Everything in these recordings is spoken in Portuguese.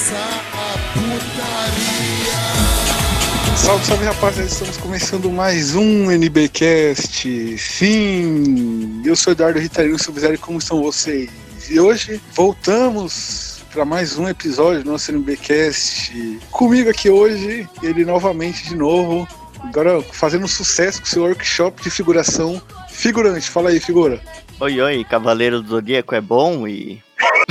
começar a putaria. Salve, salve, rapaziada, estamos começando mais um NBcast. Sim, eu sou Eduardo Ritarino Sub-Zero, como estão vocês? E hoje voltamos para mais um episódio do nosso NBcast. Comigo aqui hoje, ele novamente de novo, agora fazendo sucesso com seu workshop de figuração. Figurante, fala aí, figura. Oi, Cavaleiro do Zodíaco é bom e...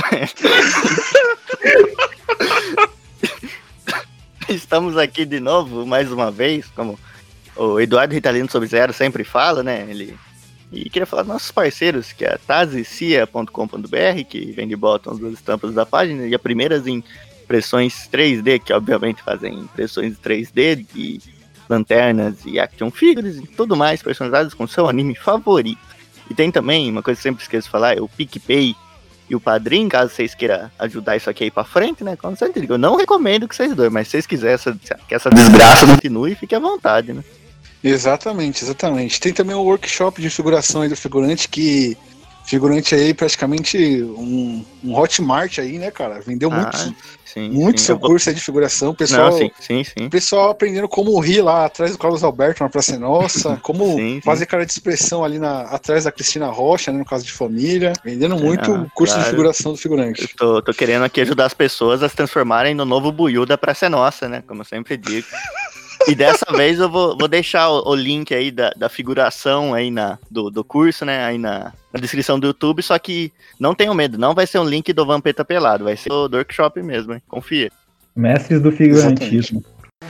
Estamos aqui de novo, mais uma vez, como o Eduardo Ritalino Sub-Zero sempre fala, né? E queria falar dos nossos parceiros, que é a tazicia.com.br, que vende botões das estampas da página, e a Primeiras Impressões 3D, que obviamente fazem impressões 3D de lanternas e action figures e tudo mais personalizados com seu anime favorito. E tem também, uma coisa que eu sempre esqueço de falar, é o PicPay e o Padrim, caso vocês queiram ajudar isso aqui aí pra frente, né? Como sempre digo, eu não recomendo que vocês doem, mas se vocês quiserem que essa desgraça continue, fique à vontade, né? Exatamente. Tem também o workshop de figuração aí do figurante, que figurante aí praticamente um Hotmart aí, né, cara? Vendeu muito seu curso aí de figuração. Pessoal, pessoal aprendendo como rir lá atrás do Carlos Alberto na Praça Nossa, como fazer cara de expressão ali atrás da Cristina Rocha, né, no caso de família. Vendendo muito o curso de figuração do figurante. Eu tô querendo aqui ajudar as pessoas a se transformarem no novo Buiú da Praça Nossa, né? Como eu sempre digo. E dessa vez eu vou deixar o link aí da figuração aí do curso, né, aí na descrição do YouTube, só que não tenham medo, não vai ser um link do Vampeta Pelado, vai ser do workshop mesmo, hein? Confia. Mestres do figurantismo.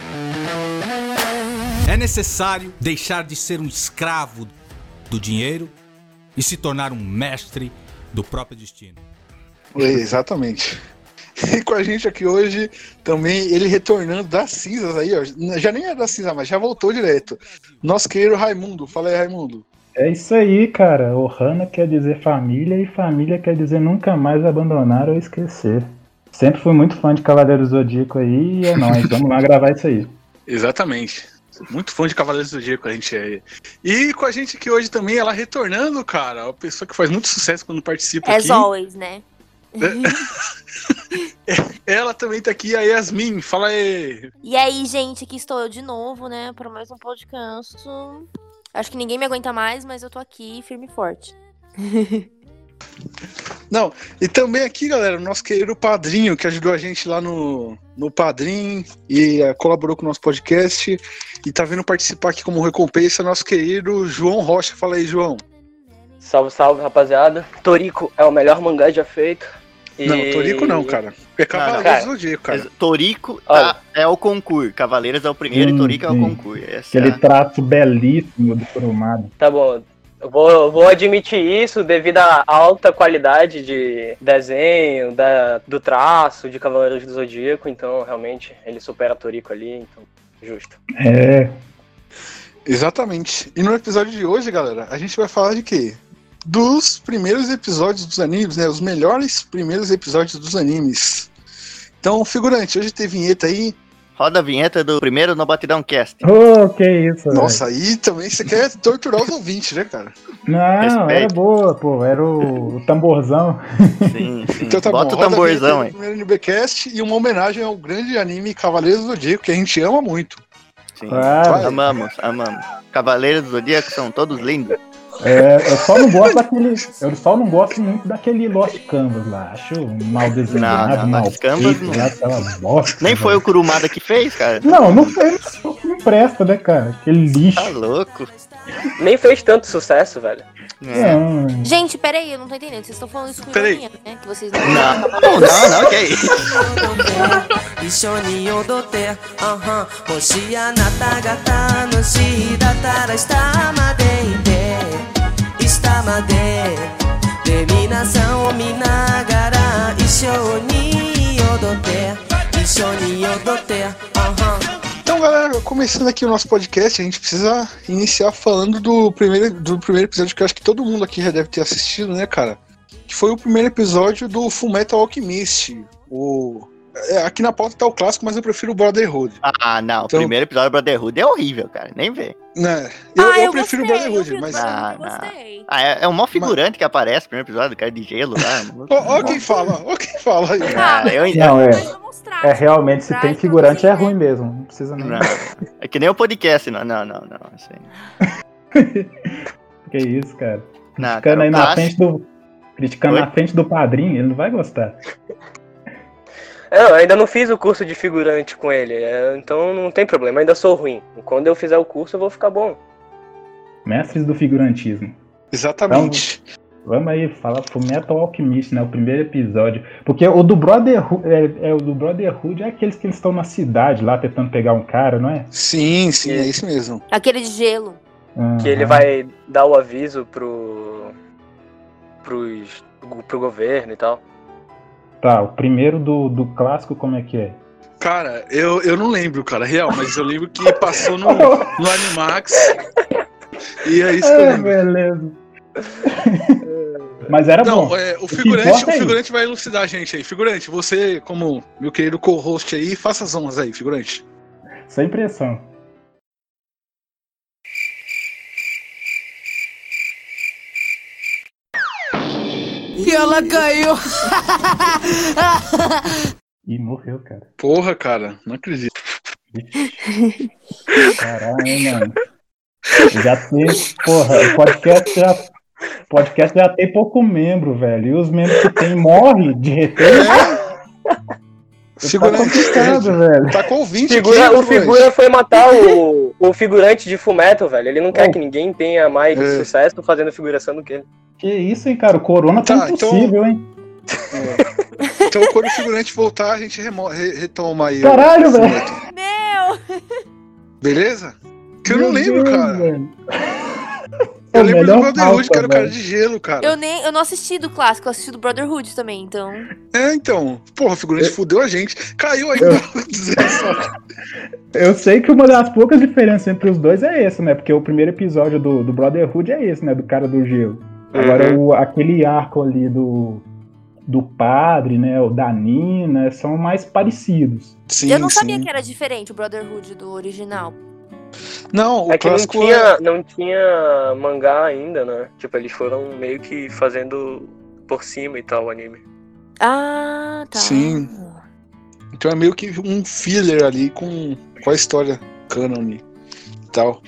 É necessário deixar de ser um escravo do dinheiro e se tornar um mestre do próprio destino. Exatamente. E com a gente aqui hoje, também, ele retornando das cinzas aí, ó. Já nem é das cinzas, mas já voltou direto. Nosso querido Raimundo. Fala aí, Raimundo. É isso aí, cara. Ohana quer dizer família e família quer dizer nunca mais abandonar ou esquecer. Sempre fui muito fã de Cavaleiros do Zodíaco aí e é nóis. Vamos lá gravar isso aí. Exatamente. Muito fã de Cavaleiros do Zodíaco a gente é. E com a gente aqui hoje também, ela retornando, cara. Uma pessoa que faz muito sucesso quando participa aqui. As always, né? Ela também tá aqui, a Yasmin, fala aí. E aí, gente, aqui estou eu de novo, né, para mais um podcast. Acho que ninguém me aguenta mais, mas eu tô aqui firme e forte. Não, e também aqui, galera, o nosso querido padrinho, que ajudou a gente lá no Padrim e colaborou com o nosso podcast e tá vindo participar aqui como recompensa, nosso querido João Rocha. Fala aí, João. Salve, salve, rapaziada. Toriko é o melhor mangá já feito. Não, Toriko não, cara. É Cavaleiros do Zodíaco, cara. Toriko é o concurso. Cavaleiros é o primeiro e Toriko é o concurso. Aquele traço belíssimo do Kurumada. Tá bom. Eu vou admitir isso devido à alta qualidade de desenho, do traço de Cavaleiros do Zodíaco. Então, realmente, ele supera Toriko ali. Então, justo. É. Exatamente. E no episódio de hoje, galera, a gente vai falar de quê? Dos primeiros episódios dos animes, né? Os melhores primeiros episódios dos animes. Então, figurante, hoje tem vinheta aí. Roda a vinheta do primeiro No Batidão Cast. Que isso, nossa, aí também você quer torturar os ouvintes, né, cara? Não, respeito. Era boa, pô. Era o tamborzão. Sim. Então tá bota bom, o tamborzão aí. Primeiro NBcast e uma homenagem ao grande anime Cavaleiros do Zodíaco, que a gente ama muito. Sim. Claro. Amamos. Cavaleiros do Zodíaco são todos lindos. Eu só não gosto muito daquele Lost Canvas lá. Acho mal desenhado, mal feito. Nem foi o Kurumada que fez, cara? Não foi. Não presta, né, cara? Aquele lixo. Tá louco. Nem fez tanto sucesso, velho. É. Gente, peraí, eu não tô entendendo. Vocês estão falando isso com ironia, né? Que vocês não, que é isso? Então, galera, começando aqui o nosso podcast, a gente precisa iniciar falando do primeiro episódio que eu acho que todo mundo aqui já deve ter assistido, né, cara? Que foi o primeiro episódio do Fullmetal Alchemist. Aqui na pauta tá o clássico, mas eu prefiro o Brotherhood. Não. O primeiro episódio do Brotherhood é horrível, cara. Nem vê. Né? Eu prefiro o Brotherhood, mas. Eu gostei. É um mó figurante que aparece no primeiro episódio, do cara de gelo lá. Ó quem fala aí. Não, é realmente, se tem figurante é ruim mesmo. Não precisa nem. Não, é que nem o podcast, não. Assim. Que isso, cara. Não, Criticando cara, aí na frente do padrinho, ele não vai gostar. Eu ainda não fiz o curso de figurante com ele, então não tem problema, ainda sou ruim. Quando eu fizer o curso eu vou ficar bom. Mestres do figurantismo. Exatamente. Então, vamos aí falar pro Metal Alchemist, né? O primeiro episódio. Porque o do Brotherhood é aqueles que eles estão na cidade lá tentando pegar um cara, não é? Sim, é isso mesmo. Aquele de gelo. Que ele vai dar o aviso pro governo e tal. Tá, o primeiro do clássico, como é que é? Cara, eu não lembro, cara, real, mas eu lembro que passou no Animax. E é isso que eu lembro. Beleza. Mas era bom. O figurante vai elucidar a gente aí. Figurante, você, como meu querido co-host aí, faça as honras aí, figurante. Sem pressão. E ela caiu. E morreu, cara. Porra, cara, não acredito. Caralho, mano. Já tem. Porra, o podcast já tem pouco membro, velho. E os membros que tem morrem de repente. Figurante, tá complicado, velho. Tá com 20 O figura foi matar o figurante de Fullmetal, velho. Ele não quer que ninguém tenha mais sucesso fazendo figuração do que ele. Que isso, hein, cara? O Corona tá impossível, hein? Então, quando o figurante voltar, a gente retoma aí. Caralho, velho! Meu! Beleza? Que eu não lembro, cara. Velho. Eu lembro do Brotherhood, que era o cara de gelo, cara. Eu não assisti do clássico, eu assisti do Brotherhood também, então. Então. Porra, o figurante fudeu a gente. Caiu ainda. Eu sei que uma das poucas diferenças entre os dois é esse, né? Porque o primeiro episódio do Brotherhood é esse, né? Do cara do gelo. Agora, aquele arco ali do padre, né? O da Nina, são mais parecidos. Sim, eu não sabia que era diferente o Brotherhood do original. Não, o clássico não tinha mangá ainda, né? Tipo, eles foram meio que fazendo por cima e tal o anime. Ah, tá. Sim. Então é meio que um filler ali com a história canon e tal.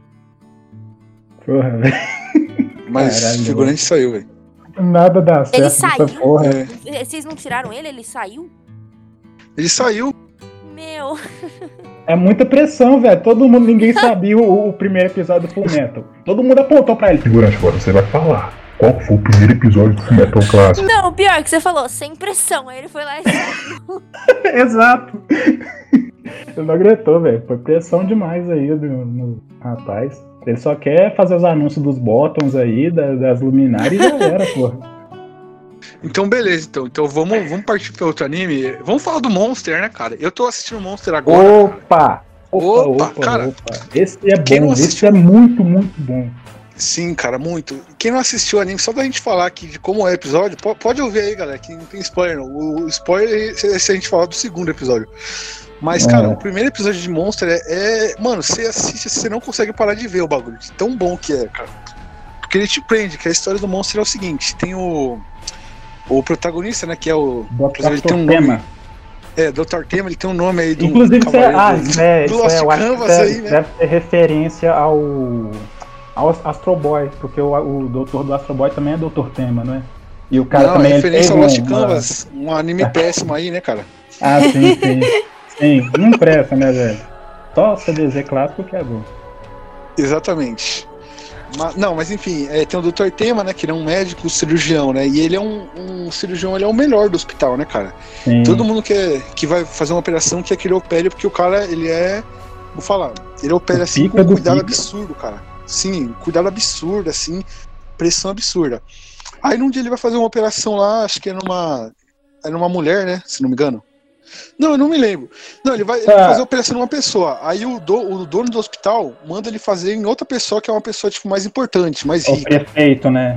Porra, velho. Mas o figurante saiu, velho. Nada dá certo. Ele saiu? Porra. Vocês não tiraram ele? Ele saiu? Ele saiu. Meu. É muita pressão, velho. Ninguém sabia o primeiro episódio do Fullmetal. Todo mundo apontou pra ele. Figurante, agora você vai falar. Qual foi o primeiro episódio do Fullmetal clássico? Não, o pior que você falou, sem pressão. Aí ele foi lá e saiu. Exato. Ele não aguentou, velho. Foi pressão demais aí no rapaz. Ele só quer fazer os anúncios dos bottoms aí, das luminárias e já era, porra. Então, beleza. Então vamos partir para outro anime. Vamos falar do Monster, né, cara? Eu tô assistindo Monster agora. Opa, cara. Esse é bom. Esse é muito, muito bom. Sim, cara, muito. Quem não assistiu o anime, só da gente falar aqui de como é o episódio, pode ouvir aí, galera, que não tem spoiler, não. O spoiler é se a gente falar do segundo episódio. Mas, cara, o primeiro episódio de Monster mano, você assiste, você não consegue parar de ver o bagulho. De tão bom que é, cara. Porque ele te prende, que a história do Monster é o seguinte, tem o protagonista, né, que é o... Dr. Tema. Dr. Tema, ele tem um nome aí do... Inclusive, do Lost Canvas aí, né? Deve ter referência ao Astro Boy, porque o doutor do Astro Boy também é Dr. Tema, não é? E o cara também... referência ao Lost Canvas, um anime péssimo aí, né, cara? Ah, sim. Sim, não presta, né, velho? Só CDZ clássico que é bom. Exatamente. Mas enfim, tem o Dr. Tema, né, que ele é um médico cirurgião, né, e ele é um cirurgião, ele é o melhor do hospital, né, cara? Sim. Todo mundo que vai fazer uma operação quer que ele opere, porque o cara, ele vou falar, ele opera assim com cuidado absurdo, cara. Sim, cuidado absurdo, assim, pressão absurda. Aí num dia ele vai fazer uma operação lá, acho que é numa mulher, né, se não me engano. Não, eu não me lembro. Não, ele vai fazer a operação numa pessoa. Aí o dono do hospital manda ele fazer em outra pessoa, que é uma pessoa tipo, mais importante, mais rica. O prefeito, né?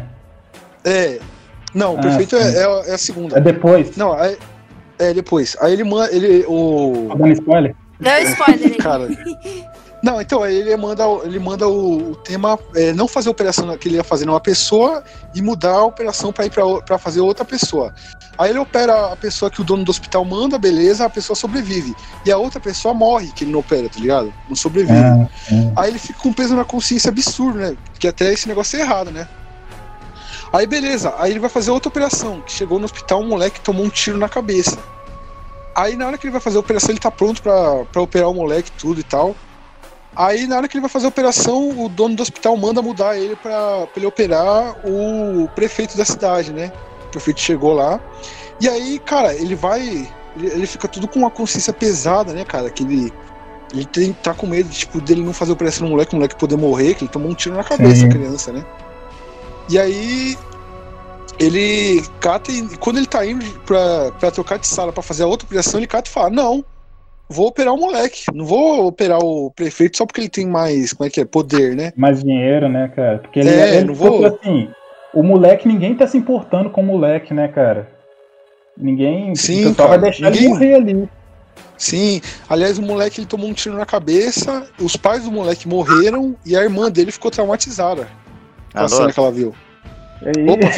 Não, o prefeito é a segunda. É depois. Não, depois. Aí ele manda. Tá dando spoiler? Não, spoiler aí. Cara. Não, então, aí ele manda o tema, não fazer a operação que ele ia fazer numa pessoa e mudar a operação pra ir pra fazer outra pessoa. Aí ele opera a pessoa que o dono do hospital manda, beleza, a pessoa sobrevive. E a outra pessoa morre, que ele não opera, tá ligado? Não sobrevive. Aí ele fica com um peso na consciência absurdo, né? Que até esse negócio é errado, né? Aí beleza, aí ele vai fazer outra operação, que chegou no hospital, um moleque tomou um tiro na cabeça. Aí na hora que ele vai fazer a operação, ele tá pronto pra operar o moleque, tudo e tal. Aí na hora que ele vai fazer a operação, o dono do hospital manda mudar ele pra ele operar o prefeito da cidade, né? O prefeito chegou lá. E aí, cara, ele fica tudo com uma consciência pesada, né, cara? Que ele tá com medo, tipo, dele não fazer a operação no moleque, o moleque poder morrer, que ele tomou um tiro na cabeça, a criança, né? E aí ele cata e quando ele tá indo pra trocar de sala pra fazer a outra operação, ele cata e fala, não, vou operar o moleque, não vou operar o prefeito só porque ele tem mais, poder, né? Mais dinheiro, né, cara? Porque ele não vou... assim, o moleque, ninguém tá se importando com o moleque, né, cara? Ninguém, sim, só vai deixar ele morrer ali. Sim, aliás, o moleque ele tomou um tiro na cabeça, os pais do moleque morreram e a irmã dele ficou traumatizada com a cena que ela viu. Opa,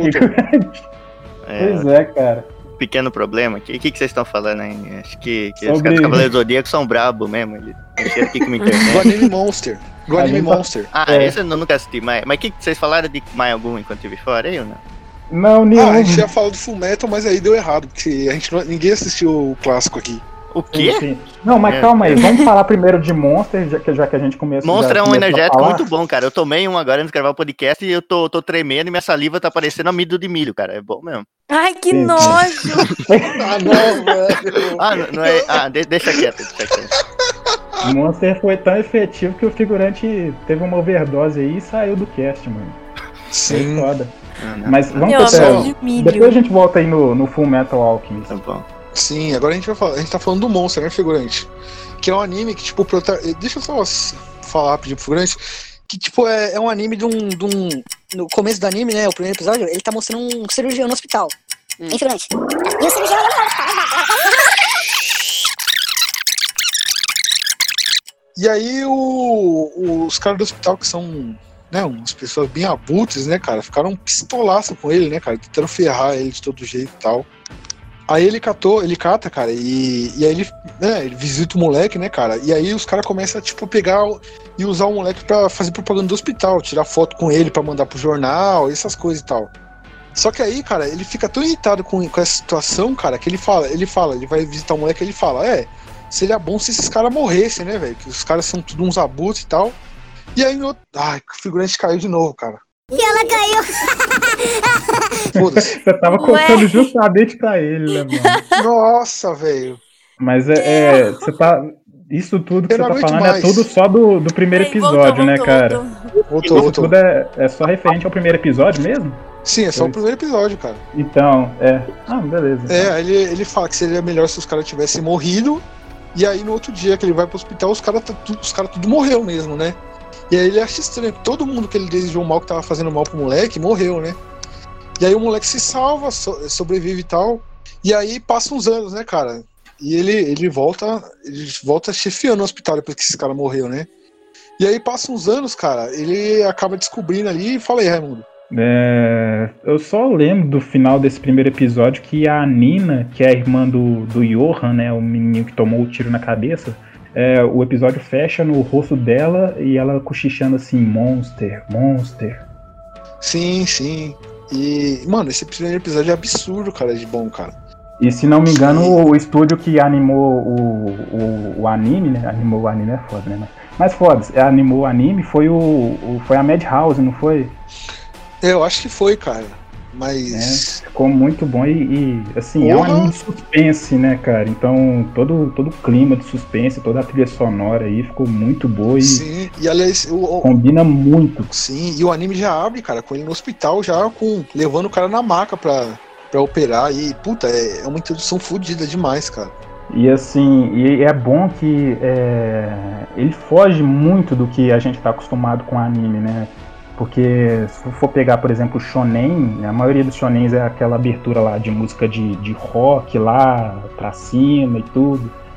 pois é, cara. Pequeno problema. O que vocês estão falando aí? Acho que os caras do Cavaleiros do Zodíaco são brabos mesmo. Eles mexeram aqui com a internet. Do Anime Monster. Do Anime Monster. Esse eu nunca assisti. Mas o que vocês falaram de mais algum enquanto eu vi fora aí ou não? Não, nenhum. A gente já falou do Fullmetal, mas aí deu errado, porque ninguém assistiu o clássico aqui. O quê? Sim. Não, mas calma aí, vamos falar primeiro de Monster, já que a gente começou. Monster é um energético muito bom, cara. Eu tomei um agora antes de gravar o podcast e eu tô tremendo e minha saliva tá parecendo amido de milho, cara. É bom mesmo. Ai, que nojo! Não é. Deixa quieto. Monster foi tão efetivo que o figurante teve uma overdose aí e saiu do cast, mano. Sim. Foi foda. Mas vamos depois a gente volta aí no Fullmetal Alchemist. Tá bom. Sim, agora a gente tá falando do Monster, né, figurante? Que é um anime que, tipo, deixa eu só falar, pedir pro figurante, que, tipo, é um anime de um... No começo do anime, né, o primeiro episódio, ele tá mostrando um cirurgião no hospital. Hein, figurante? E o cirurgião olhando para o hospital. E aí os caras do hospital, que são, né, umas pessoas bem abutres, né, cara, ficaram pistolaço com ele, né, cara, tentando ferrar ele de todo jeito e tal. Aí ele cata, cara, e aí ele visita o moleque, né, cara, e aí os caras começam a, tipo, pegar e usar o moleque pra fazer propaganda do hospital, tirar foto com ele pra mandar pro jornal, essas coisas e tal. Só que aí, cara, ele fica tão irritado com essa situação, cara, que ele vai visitar o moleque e ele fala, seria bom se esses caras morressem, né, velho, que os caras são tudo uns abutres e tal. E aí, o figurante caiu de novo, cara. E ela caiu. Foda-se. Você tava contando justamente pra ele, né, mano? Nossa, velho. Mas você tá... Isso tudo que você tá falando mais. É tudo só do primeiro episódio, né, cara? Voltou. Isso tudo é só referente ao primeiro episódio mesmo? Sim, é só o primeiro episódio, cara. Então, beleza. Então. Ele fala que seria melhor se os caras tivessem morrido. E aí no outro dia que ele vai pro hospital, os caras tudo morreu mesmo, né? E aí ele acha estranho, que todo mundo que ele desejou mal, que tava fazendo mal pro moleque, morreu, né? E aí o moleque se salva, sobrevive e tal. E aí passa uns anos, né, cara? E ele volta chefiando o hospital depois que esse cara morreu, né? E aí passa uns anos, cara, ele acaba descobrindo ali e fala aí, Raimundo. Eu só lembro do final desse primeiro episódio que a Nina, que é a irmã do Johan, né, o menininho que tomou o tiro na cabeça, o episódio fecha no rosto dela e ela cochichando assim, Monster. Sim. E, mano, esse primeiro episódio é absurdo, cara, de bom, cara. E se não me engano, o estúdio que animou o anime, né? Animou o anime é foda, né? Mas foda-se, animou o anime foi foi a Madhouse, não foi? Eu acho que foi, cara. Mas... ficou muito bom e assim, é um anime de suspense, né, cara? Então, todo o clima de suspense, toda a trilha sonora aí ficou muito boa e... Sim, e aliás... combina muito. Sim, e o anime já abre, cara, com ele no hospital, já levando o cara na maca pra operar e, puta, é uma introdução fodida demais, cara. E assim, é bom que ele foge muito do que a gente tá acostumado com o anime, né? Porque se for pegar, por exemplo, o shonen, a maioria dos shonens é aquela abertura lá de música de rock lá pra cima e tudo.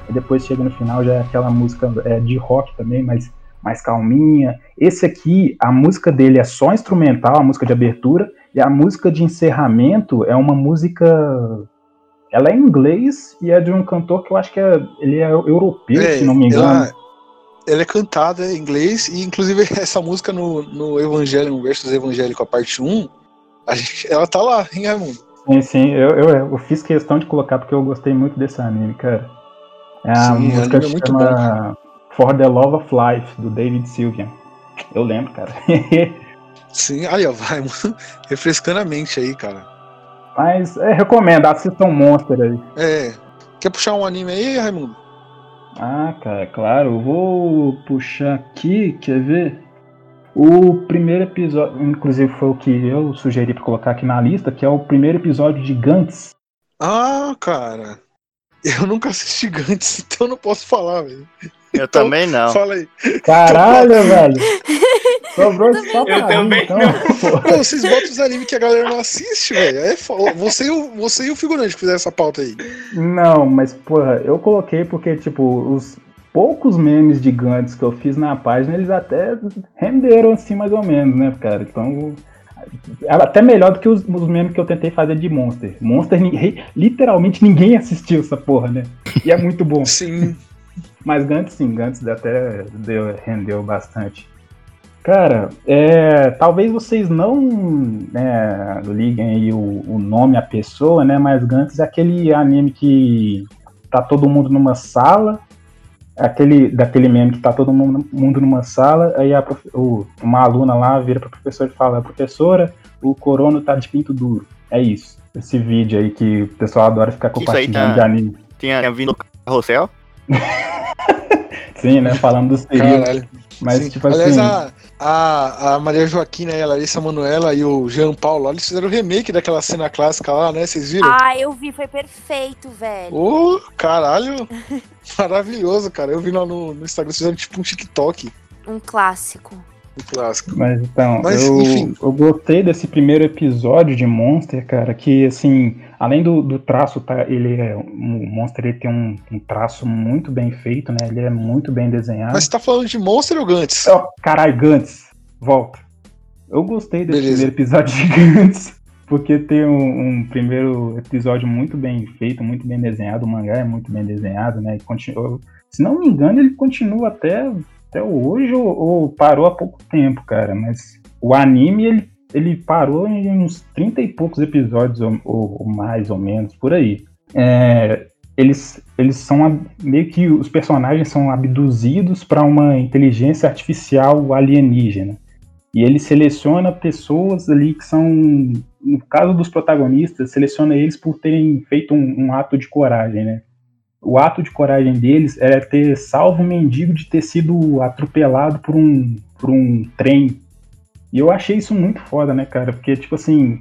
e depois chega no final já é aquela música de rock também, mas mais calminha. Esse aqui, a música dele é só instrumental, a música de abertura, e a música de encerramento é uma música... Ela é em inglês e é de um cantor que eu acho que ele é europeu, se não me engano. Ela é cantada em inglês, e inclusive essa música no Evangelion versus Evangélico, a parte 1, ela tá lá, hein, Raimundo? Sim, eu fiz questão de colocar porque eu gostei muito desse anime, cara. A música é muito chama bom. For the Love of Life, do David Sylvian. Eu lembro, cara. Sim, aí ó, vai refrescando a mente aí, cara. Mas recomendo, assistam Monster aí. Quer puxar um anime aí, Raimundo? Ah, cara, claro, eu vou puxar aqui, quer ver? O primeiro episódio, inclusive foi o que eu sugeri pra colocar aqui na lista, que é o primeiro episódio de Gantz. Ah, cara, eu nunca assisti Gantz, então não posso falar, velho. Eu também não. Fala aí. Caralho, velho. Sobrou só pra Eu também então. Pô, vocês botam os animes que a galera não assiste, velho. Você e o figurante que fizeram essa pauta aí. Não, mas, porra, eu coloquei porque, tipo, os poucos memes de Gantz que eu fiz na página, eles até renderam assim, mais ou menos, né, cara? Então, até melhor do que os memes que eu tentei fazer de Monster. Monster, literalmente ninguém assistiu essa porra, né? E é muito bom. Sim. Mas Gantz, sim, Gantz até rendeu bastante. Cara, talvez vocês não liguem aí o nome à pessoa, né? Mas Gantz é aquele anime que tá todo mundo numa sala, daquele meme que tá todo mundo numa sala, aí uma aluna lá vira pra professora e fala: professora, o corona tá de pinto duro. É isso. Esse vídeo aí que o pessoal adora ficar compartilhando de anime. Tinha vindo no Carrossel? Sim, né? Falando dos períodos. Caralho. Mas, sim. tipo Aliás, assim... a Maria Joaquina, a Larissa Manoela e o Jean Paulo, eles fizeram o remake daquela cena clássica lá, né? Vocês viram? Ah, eu vi, foi perfeito, velho. Ô, caralho. Maravilhoso, cara. Eu vi lá no Instagram, eles fizeram tipo um TikTok. Um clássico. Um clássico. Mas então, enfim. Eu gostei desse primeiro episódio de Monster, cara, que assim, além do traço, tá, o Monster ele tem um traço muito bem feito, né? Ele é muito bem desenhado. Mas você tá falando de Monster ou Gantz? Caralho, Gantz, volta. Eu gostei desse primeiro episódio de Gantz, porque tem um primeiro episódio muito bem feito, muito bem desenhado, o mangá é muito bem desenhado, né? Se não me engano, ele continua até hoje ou parou há pouco tempo, cara, mas o anime ele parou em uns 30 e poucos episódios ou mais ou menos, por aí. Eles são meio que os personagens são abduzidos para uma inteligência artificial alienígena, e ele seleciona pessoas ali que são, no caso dos protagonistas, seleciona eles por terem feito um ato de coragem, né? O ato de coragem deles era ter salvo um mendigo de ter sido atropelado por um trem. E eu achei isso muito foda, né, cara? Porque, tipo assim,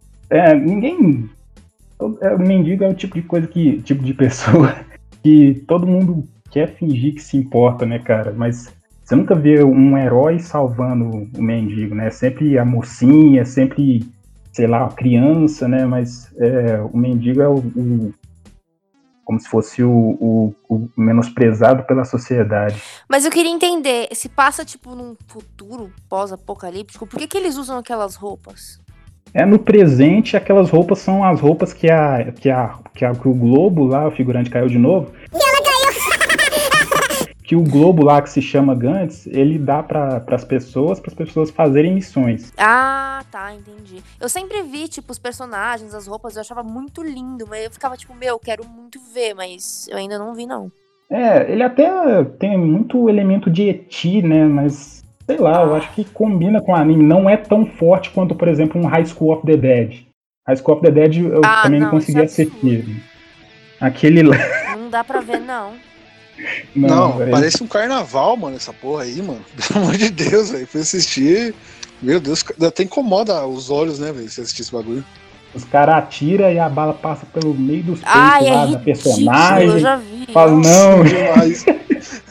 o mendigo é o tipo de coisa tipo de pessoa que todo mundo quer fingir que se importa, né, cara? Mas você nunca vê um herói salvando o mendigo, né? Sempre a mocinha, sempre, sei lá, a criança, né? Mas o mendigo é como se fosse o menosprezado pela sociedade. Mas eu queria entender, se passa tipo num futuro pós-apocalíptico, por que eles usam aquelas roupas? No presente, aquelas roupas são as roupas que o Globo lá, o figurante caiu de novo. E ela caiu! Que o Globo lá, que se chama Gantz, ele dá para as pessoas fazerem missões. Ah, tá, entendi. Eu sempre vi, tipo, os personagens, as roupas, eu achava muito lindo, mas eu ficava tipo, quero muito ver, mas eu ainda não vi, não. Ele até tem muito elemento de eti, né, mas, sei lá, eu acho que combina com o anime. Não é tão forte quanto, por exemplo, um High School of the Dead. High School of the Dead eu também não consegui assistir. Aquele lá... Não dá pra ver, não. Não, parece um carnaval, mano, essa porra aí, mano. Pelo amor de Deus, velho. Fui assistir. Meu Deus, até incomoda os olhos, né, velho, se assistir esse bagulho. Os caras atiram e a bala passa pelo meio dos peitos lá da personagem. Eu já vi. Fala, não. Demais. O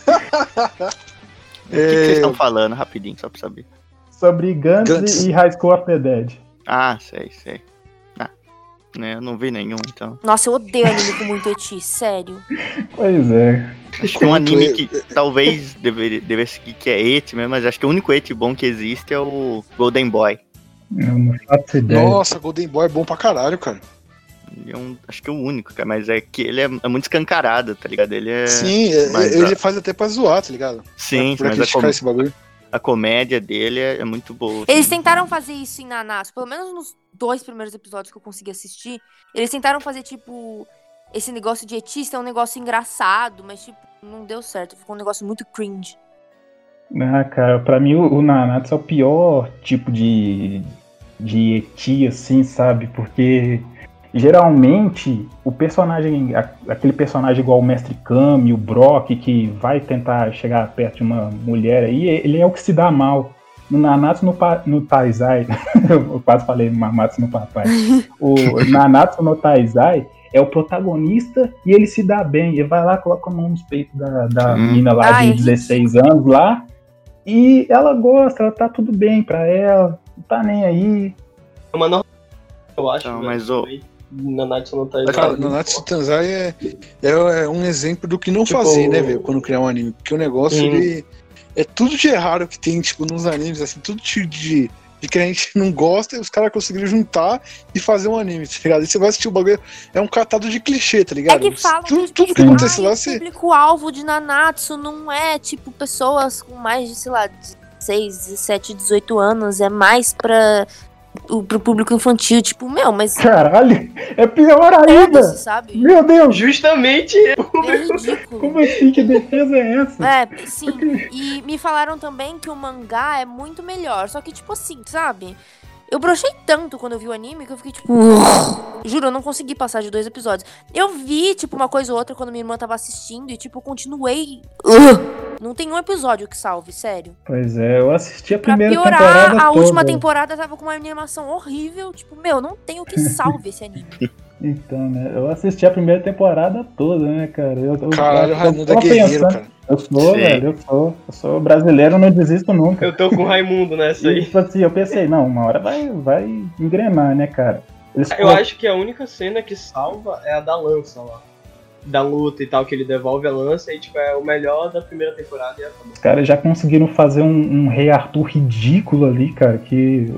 que vocês estão falando, rapidinho, só pra saber? Sobre Gantz e High School of the Dead. Ah, sei. né? Eu não vi nenhum, então. Nossa, eu odeio anime com muito eti, sério. Pois é. Acho que um anime que talvez devesse seguir que é eti mesmo, mas acho que o único eti bom que existe é o Golden Boy. Eu não faço ideia. Nossa, Golden Boy é bom pra caralho, cara. Ele é acho que é o único, cara, mas é que ele é muito escancarado, tá ligado? Ele é. Sim, ele faz até pra zoar, tá ligado? Sim, pra criticar esse bagulho. A comédia dele é muito boa. Eles tentaram fazer isso em Nanatsu, pelo menos nos 2 primeiros episódios que eu consegui assistir. Eles tentaram fazer, tipo, esse negócio de etista é um negócio engraçado, mas, tipo, não deu certo. Ficou um negócio muito cringe. Ah, cara, pra mim o Nanatsu é o pior tipo de eti, assim, sabe? Porque geralmente o personagem, aquele personagem igual o Mestre Kami, o Brock, que vai tentar chegar perto de uma mulher aí, ele é o que se dá mal. No Nanatsu no Taizai, eu quase falei Mamatsu no Papai. O Nanatsu no Taizai é o protagonista e ele se dá bem. Ele vai lá, coloca a mão nos peitos da menina lá de 16 anos lá, e ela gosta, ela tá tudo bem pra ela, não tá nem aí. Mano, eu acho, não, velho, mas Nanatsu no Taizai. Cara, Nanatsu no Taizai é um exemplo do que não fazer, né, velho, quando criar um anime. Porque o negócio, ele é tudo de errado que tem, tipo, nos animes, assim, tudo de que a gente não gosta e os caras conseguiram juntar e fazer um anime, tá ligado? E você vai assistir o bagulho, é um catado de clichê, tá ligado? É que falam tudo que acontece lá, o público-alvo de Nanatsu não é, tipo, pessoas com mais de, sei lá, 16, 17, 18 anos, é mais pro público infantil, tipo, mas... Caralho, é pior ainda! Sabe? Meu Deus! Justamente! É ridículo. Como assim? Que defesa é essa? Sim. E me falaram também que o mangá é muito melhor, só que, tipo assim, sabe? Eu brochei tanto quando eu vi o anime que eu fiquei, tipo... Juro, eu não consegui passar de 2 episódios. Eu vi, tipo, uma coisa ou outra quando minha irmã tava assistindo e, tipo, continuei... Não tem um episódio que salve, sério. Pois é, eu assisti a primeira temporada toda. Pra piorar, a toda. última temporada tava com uma animação horrível. Tipo, não tem o que salve esse anime. Então, né, eu assisti a primeira temporada toda, né, cara. Caralho, o Raimundo é guerreiro, cara. Eu sou, velho, eu sou brasileiro, não desisto nunca. Eu tô com o Raimundo nessa aí. Tipo assim, eu pensei, não, uma hora vai engrenar, né, cara. Eu acho que a única cena que salva é a da lança lá. Da luta e tal, que ele devolve a lança e, tipo, é o melhor da primeira temporada e acabou. Os caras já conseguiram fazer um Rei Arthur ridículo ali, cara, que,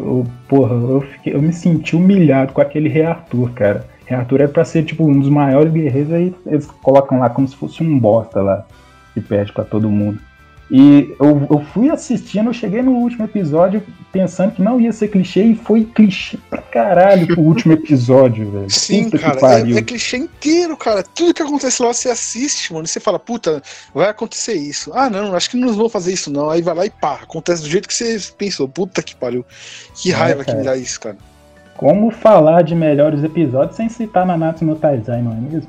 eu me senti humilhado com aquele Rei Arthur, cara. Rei Arthur é pra ser, tipo, um dos maiores guerreiros, aí eles colocam lá como se fosse um bosta lá, que perde pra todo mundo. E eu fui assistindo, eu cheguei no último episódio pensando que não ia ser clichê e foi clichê pra caralho pro último episódio, velho. Sim, puta, cara, é clichê inteiro, cara. Tudo que acontece lá você assiste, mano, e você fala, puta, vai acontecer isso. Ah, não, acho que não vão fazer isso não. Aí vai lá e pá, acontece do jeito que você pensou. Puta que pariu. Que raiva que me dá isso, cara. Como falar de melhores episódios sem citar Nanatsu no Taizai, não é mesmo?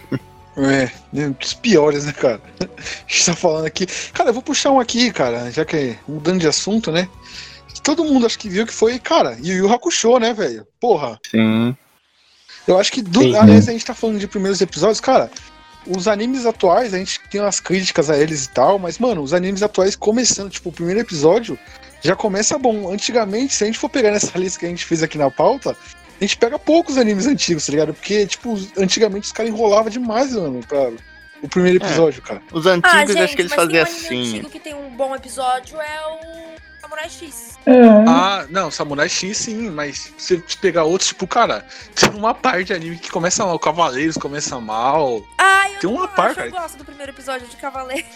Dos piores, né, cara? A gente tá falando aqui. Cara, eu vou puxar um aqui, cara, já que mudando de assunto, né? Todo mundo acho que viu que foi, cara, Yu Yu Hakusho, né, velho? Porra. Sim. Eu acho que, aliás, a gente tá falando de primeiros episódios, cara. Os animes atuais, a gente tem umas críticas a eles e tal, mas, mano, os animes atuais começando, tipo, o primeiro episódio já começa bom. Antigamente, se a gente for pegar nessa lista que a gente fez aqui na pauta, a gente pega poucos animes antigos, tá ligado? Porque, tipo, antigamente os caras enrolavam demais, mano, pra o primeiro episódio, cara. Os antigos, gente, acho que eles faziam assim. O antigo que tem um bom episódio é o Samurai X. Ah, não, Samurai X sim, mas se você pegar outros, tipo, cara, tem uma parte de anime que começa mal, Cavaleiros começa mal. Tem uma parte, cara. Eu gosto do primeiro episódio de Cavaleiros.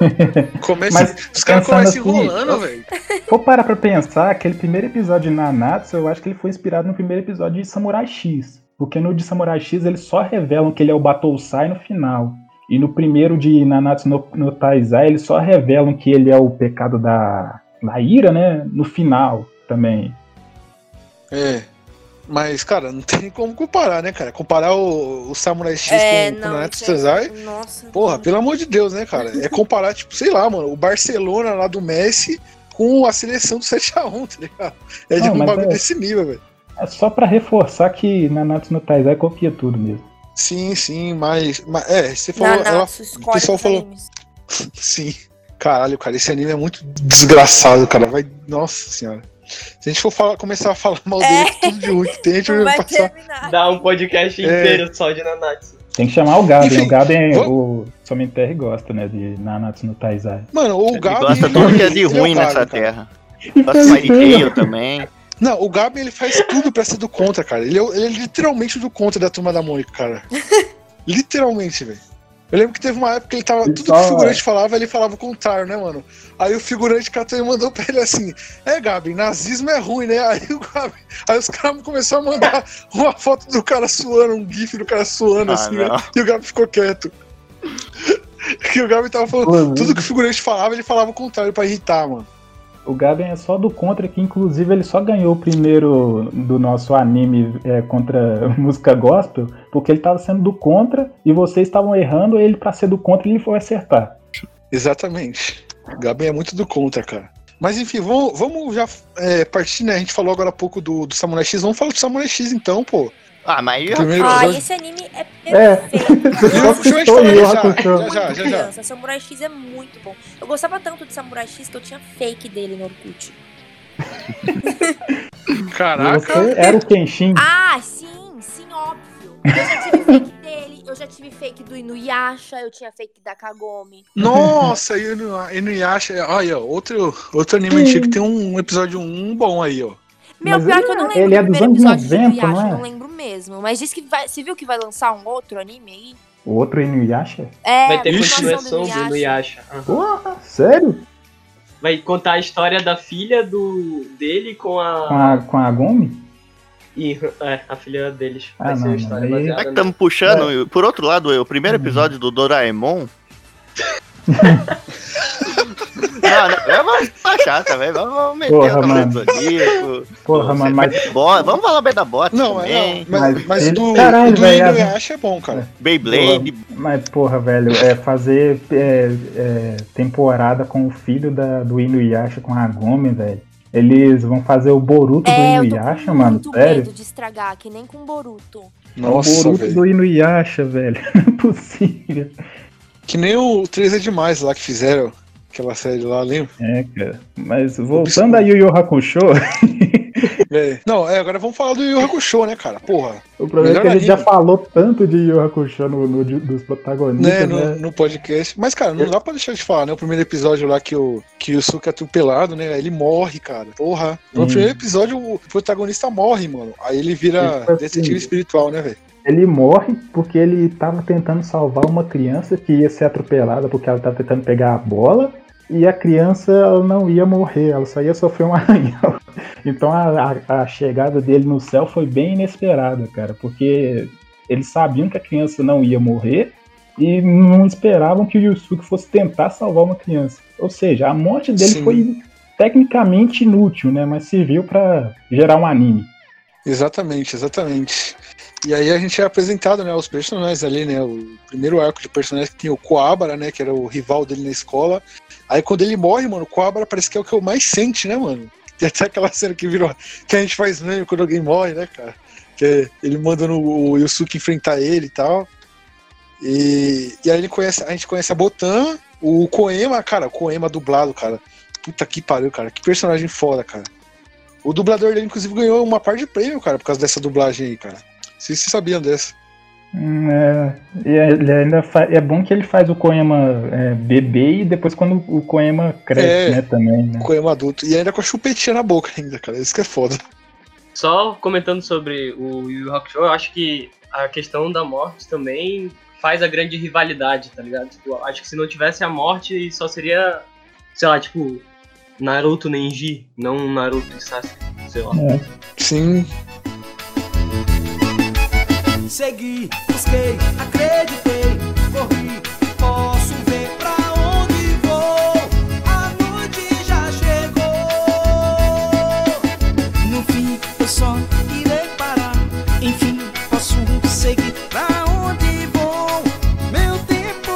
Os caras começam enrolando, velho. Vou parar pra pensar, aquele primeiro episódio de Nanatsu, eu acho que ele foi inspirado no primeiro episódio de Samurai X. Porque no de Samurai X eles só revelam que ele é o Battousai no final. E no primeiro de Nanatsu no Taizai eles só revelam que ele é o pecado da ira, né? No final também. Mas, cara, não tem como comparar, né, cara? Comparar o Samurai X com o Nanatsu Taizai. Nossa. Porra, pelo amor de Deus, né, cara? É comparar, tipo, sei lá, mano, o Barcelona lá do Messi com a seleção do 7x1, tá ligado? É de um bagulho desse nível, velho. É só pra reforçar que Nanatsu no Taizai copia tudo mesmo. Sim, mas você falou. O pessoal falou. Sim. Caralho, cara, esse anime é muito desgraçado, cara. Nossa senhora. Se a gente for começar a falar mal dele, tudo de ruim que tem, a gente vai passar. Dá um podcast inteiro só de Nanatsu. Tem que chamar o Gaben. Enfim, o Gaben, o Somenterre gosta, né, de Nanatsu no Taizai. Mano, o Gaben... gosta tudo que é de ruim nessa terra. Gosta de Fairy Tail também. Não, o Gaben, ele faz tudo pra ser do contra, cara. Ele é literalmente do contra da Turma da Mônica, cara. Literalmente, velho. Eu lembro que teve uma época que ele tava... Tudo que o figurante falava, ele falava o contrário, né, mano? Aí o figurante catou e mandou pra ele assim: Gabi, nazismo é ruim, né? Aí os caras começaram a mandar uma foto do cara suando, um gif do cara suando, assim, né? E o Gabi ficou quieto. Que o Gabi tava falando... Tudo que o figurante falava, ele falava o contrário pra irritar, mano. O Gaben é só do contra, que inclusive ele só ganhou o primeiro do nosso anime contra música gospel, porque ele tava sendo do contra e vocês estavam errando ele pra ser do contra e ele foi acertar. Exatamente. O Gaben é muito do contra, cara. Mas enfim, vamos já partir, né? A gente falou agora há pouco do Samurai X, vamos falar do Samurai X então, pô. Mas esse anime é perfeito. Já. Samurai X é muito bom. Eu gostava tanto de Samurai X que eu tinha fake dele no Orkut. Caraca. Você era o Kenshin? Ah, sim, óbvio. Eu já tive fake dele, eu já tive fake do Inuyasha, eu tinha fake da Kagome. Nossa, Inuyasha, olha, outro anime antigo que tem um episódio 1 bom aí, ó. Pior que eu não lembro ele é dos anos 90, não é? Não lembro mesmo. Mas disse que você viu que vai lançar um outro anime aí? O outro Inuyasha? Vai ter continuação do Inuyasha. Porra, sério? Vai contar a história da filha dele com a Gomi? E a filha deles. Vai ser a história baseada. Será que estamos puxando, por outro lado, o primeiro episódio do Doraemon? Não, vamos baixar também, vamos meter o Cavaleiro do Zodíaco. Porra, mano, mas... Vamos falar bem da Bota também. Mas do Inuyasha é bom, cara. Beyblade. Mas, porra, velho, fazer temporada com o filho do Inuyasha, com a Gomi, velho. Eles vão fazer o Boruto do Inuyasha, mano, sério? Eu tô medo de estragar, que nem com o Boruto. Nossa, o Boruto do Inuyasha, velho, não é possível. Que nem o 3 é demais lá que fizeram. Aquela série lá, lembra? Cara. Mas voltando a Yu Yu Hakusho... Não, agora vamos falar do Yu Yu Hakusho, né, cara? Porra. O problema é que a gente já falou tanto de Yu Yu Hakusho dos protagonistas, né? No podcast. Mas, cara, não dá pra deixar de falar, né? O primeiro episódio lá que o Yusuke é atropelado, né? Ele morre, cara. Porra. No primeiro episódio, o protagonista morre, mano. Aí ele vira detetive espiritual, né, velho? Ele morre porque ele tava tentando salvar uma criança que ia ser atropelada porque ela tava tentando pegar a bola e a criança ela não ia morrer, ela só ia sofrer um arranhão. Então a chegada dele no céu foi bem inesperada, cara, porque eles sabiam que a criança não ia morrer e não esperavam que o Yusuke fosse tentar salvar uma criança. Ou seja, a morte dele foi tecnicamente inútil, né, mas serviu pra gerar um anime. Exatamente. E aí a gente é apresentado, né, os personagens ali, né, o primeiro arco de personagens que tem o Kuwabara, né, que era o rival dele na escola. Aí quando ele morre, mano, o Kuwabara parece que é o que eu mais sente, né, mano? Tem até aquela cena que a gente faz meme quando alguém morre, né, cara? Que ele manda o Yusuke enfrentar ele e tal. E aí a gente conhece a Botan, o Koema, cara, o Koema dublado, cara. Puta que pariu, cara, que personagem foda, cara. O dublador dele, inclusive, ganhou uma par de prêmio, cara, por causa dessa dublagem aí, cara. Vocês sabiam dessa? E ele ainda é bom que ele faz o Koema bebê e depois quando o Koema cresce, né, também. Né? O Koema adulto. E ainda com a chupetinha na boca ainda, cara. Isso que é foda. Só comentando sobre o Yu Yu Hakusho, eu acho que a questão da morte também faz a grande rivalidade, tá ligado? Tipo, acho que se não tivesse a morte, só seria, sei lá, tipo, Naruto Nenji, não Naruto e Sasuke, sei lá. Sim. Segui, busquei, acreditei, corri, posso ver pra onde vou. A noite já chegou. No fim eu só irei parar. Enfim, posso seguir pra onde vou. Meu tempo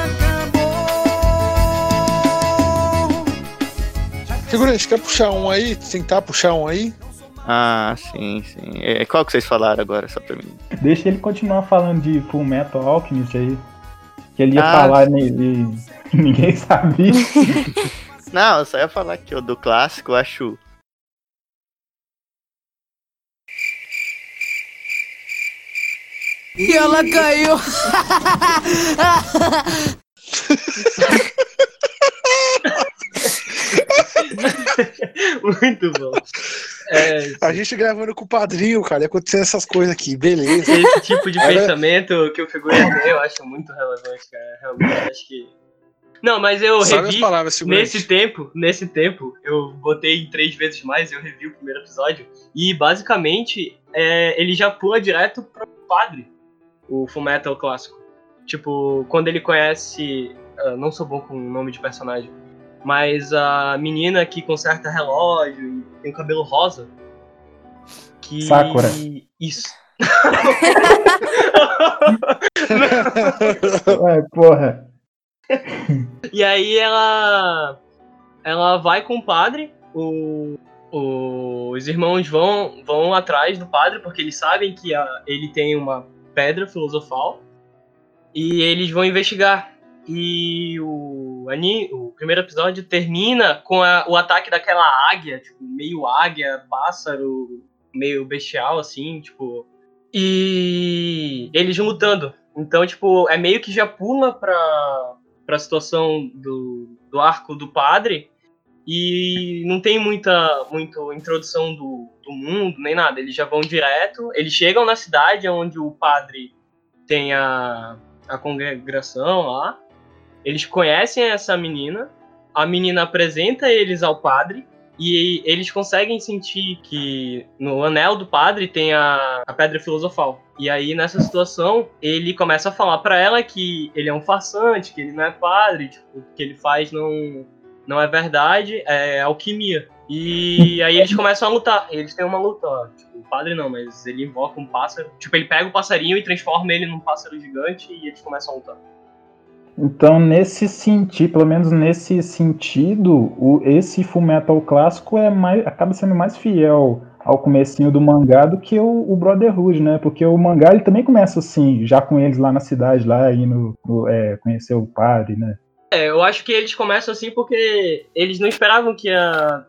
acabou. Figurante, quer puxar um aí? Tentar puxar um aí? Ah, sim. Qual que vocês falaram agora, só pra mim? Deixa ele continuar falando de Fullmetal Alchemist aí. Que ele ia falar e ninguém sabia. Não, eu só ia falar que o do clássico eu acho E ela caiu. Muito bom. A gente gravando com o padrinho, cara, e acontecendo essas coisas aqui, beleza. Esse tipo de pensamento que o Figurinha tem, eu acho muito relevante, cara. Realmente, acho que... Não, mas eu revi, nesse tempo, eu botei 3 vezes mais, eu revi o primeiro episódio, e basicamente, ele já pula direto pro padre, o Fullmetal clássico. Tipo, quando ele conhece, não sou bom com o nome de personagem, mas a menina que conserta relógio e tem o cabelo rosa. Que... Sakura. Isso. Porra. E aí ela vai com o padre, os irmãos vão atrás do padre, porque eles sabem que ele tem uma pedra filosofal, e eles vão investigar. E o primeiro episódio termina com o ataque daquela águia, tipo, meio águia, pássaro, meio bestial, assim, tipo... E eles lutando. Então, tipo, é meio que já pula pra situação do arco do padre, e não tem muita introdução do mundo, nem nada. Eles já vão direto, eles chegam na cidade onde o padre tem a congregação lá. Eles conhecem essa menina, a menina apresenta eles ao padre, e eles conseguem sentir que no anel do padre tem a pedra filosofal. E aí, nessa situação, ele começa a falar pra ela que ele é um farsante, que ele não é padre, tipo, o que ele faz não é verdade, é alquimia. E aí eles começam a lutar, eles têm uma luta, ó, tipo, o padre não, mas ele invoca um pássaro, tipo, ele pega o passarinho e transforma ele num pássaro gigante, e eles começam a lutar. Então, nesse sentido, pelo menos nesse sentido, esse Fullmetal clássico acaba sendo mais fiel ao comecinho do mangá do que o Brotherhood, né? Porque o mangá ele também começa assim, já com eles lá na cidade, lá indo conhecer o padre, né? Eu acho que eles começam assim porque eles não esperavam que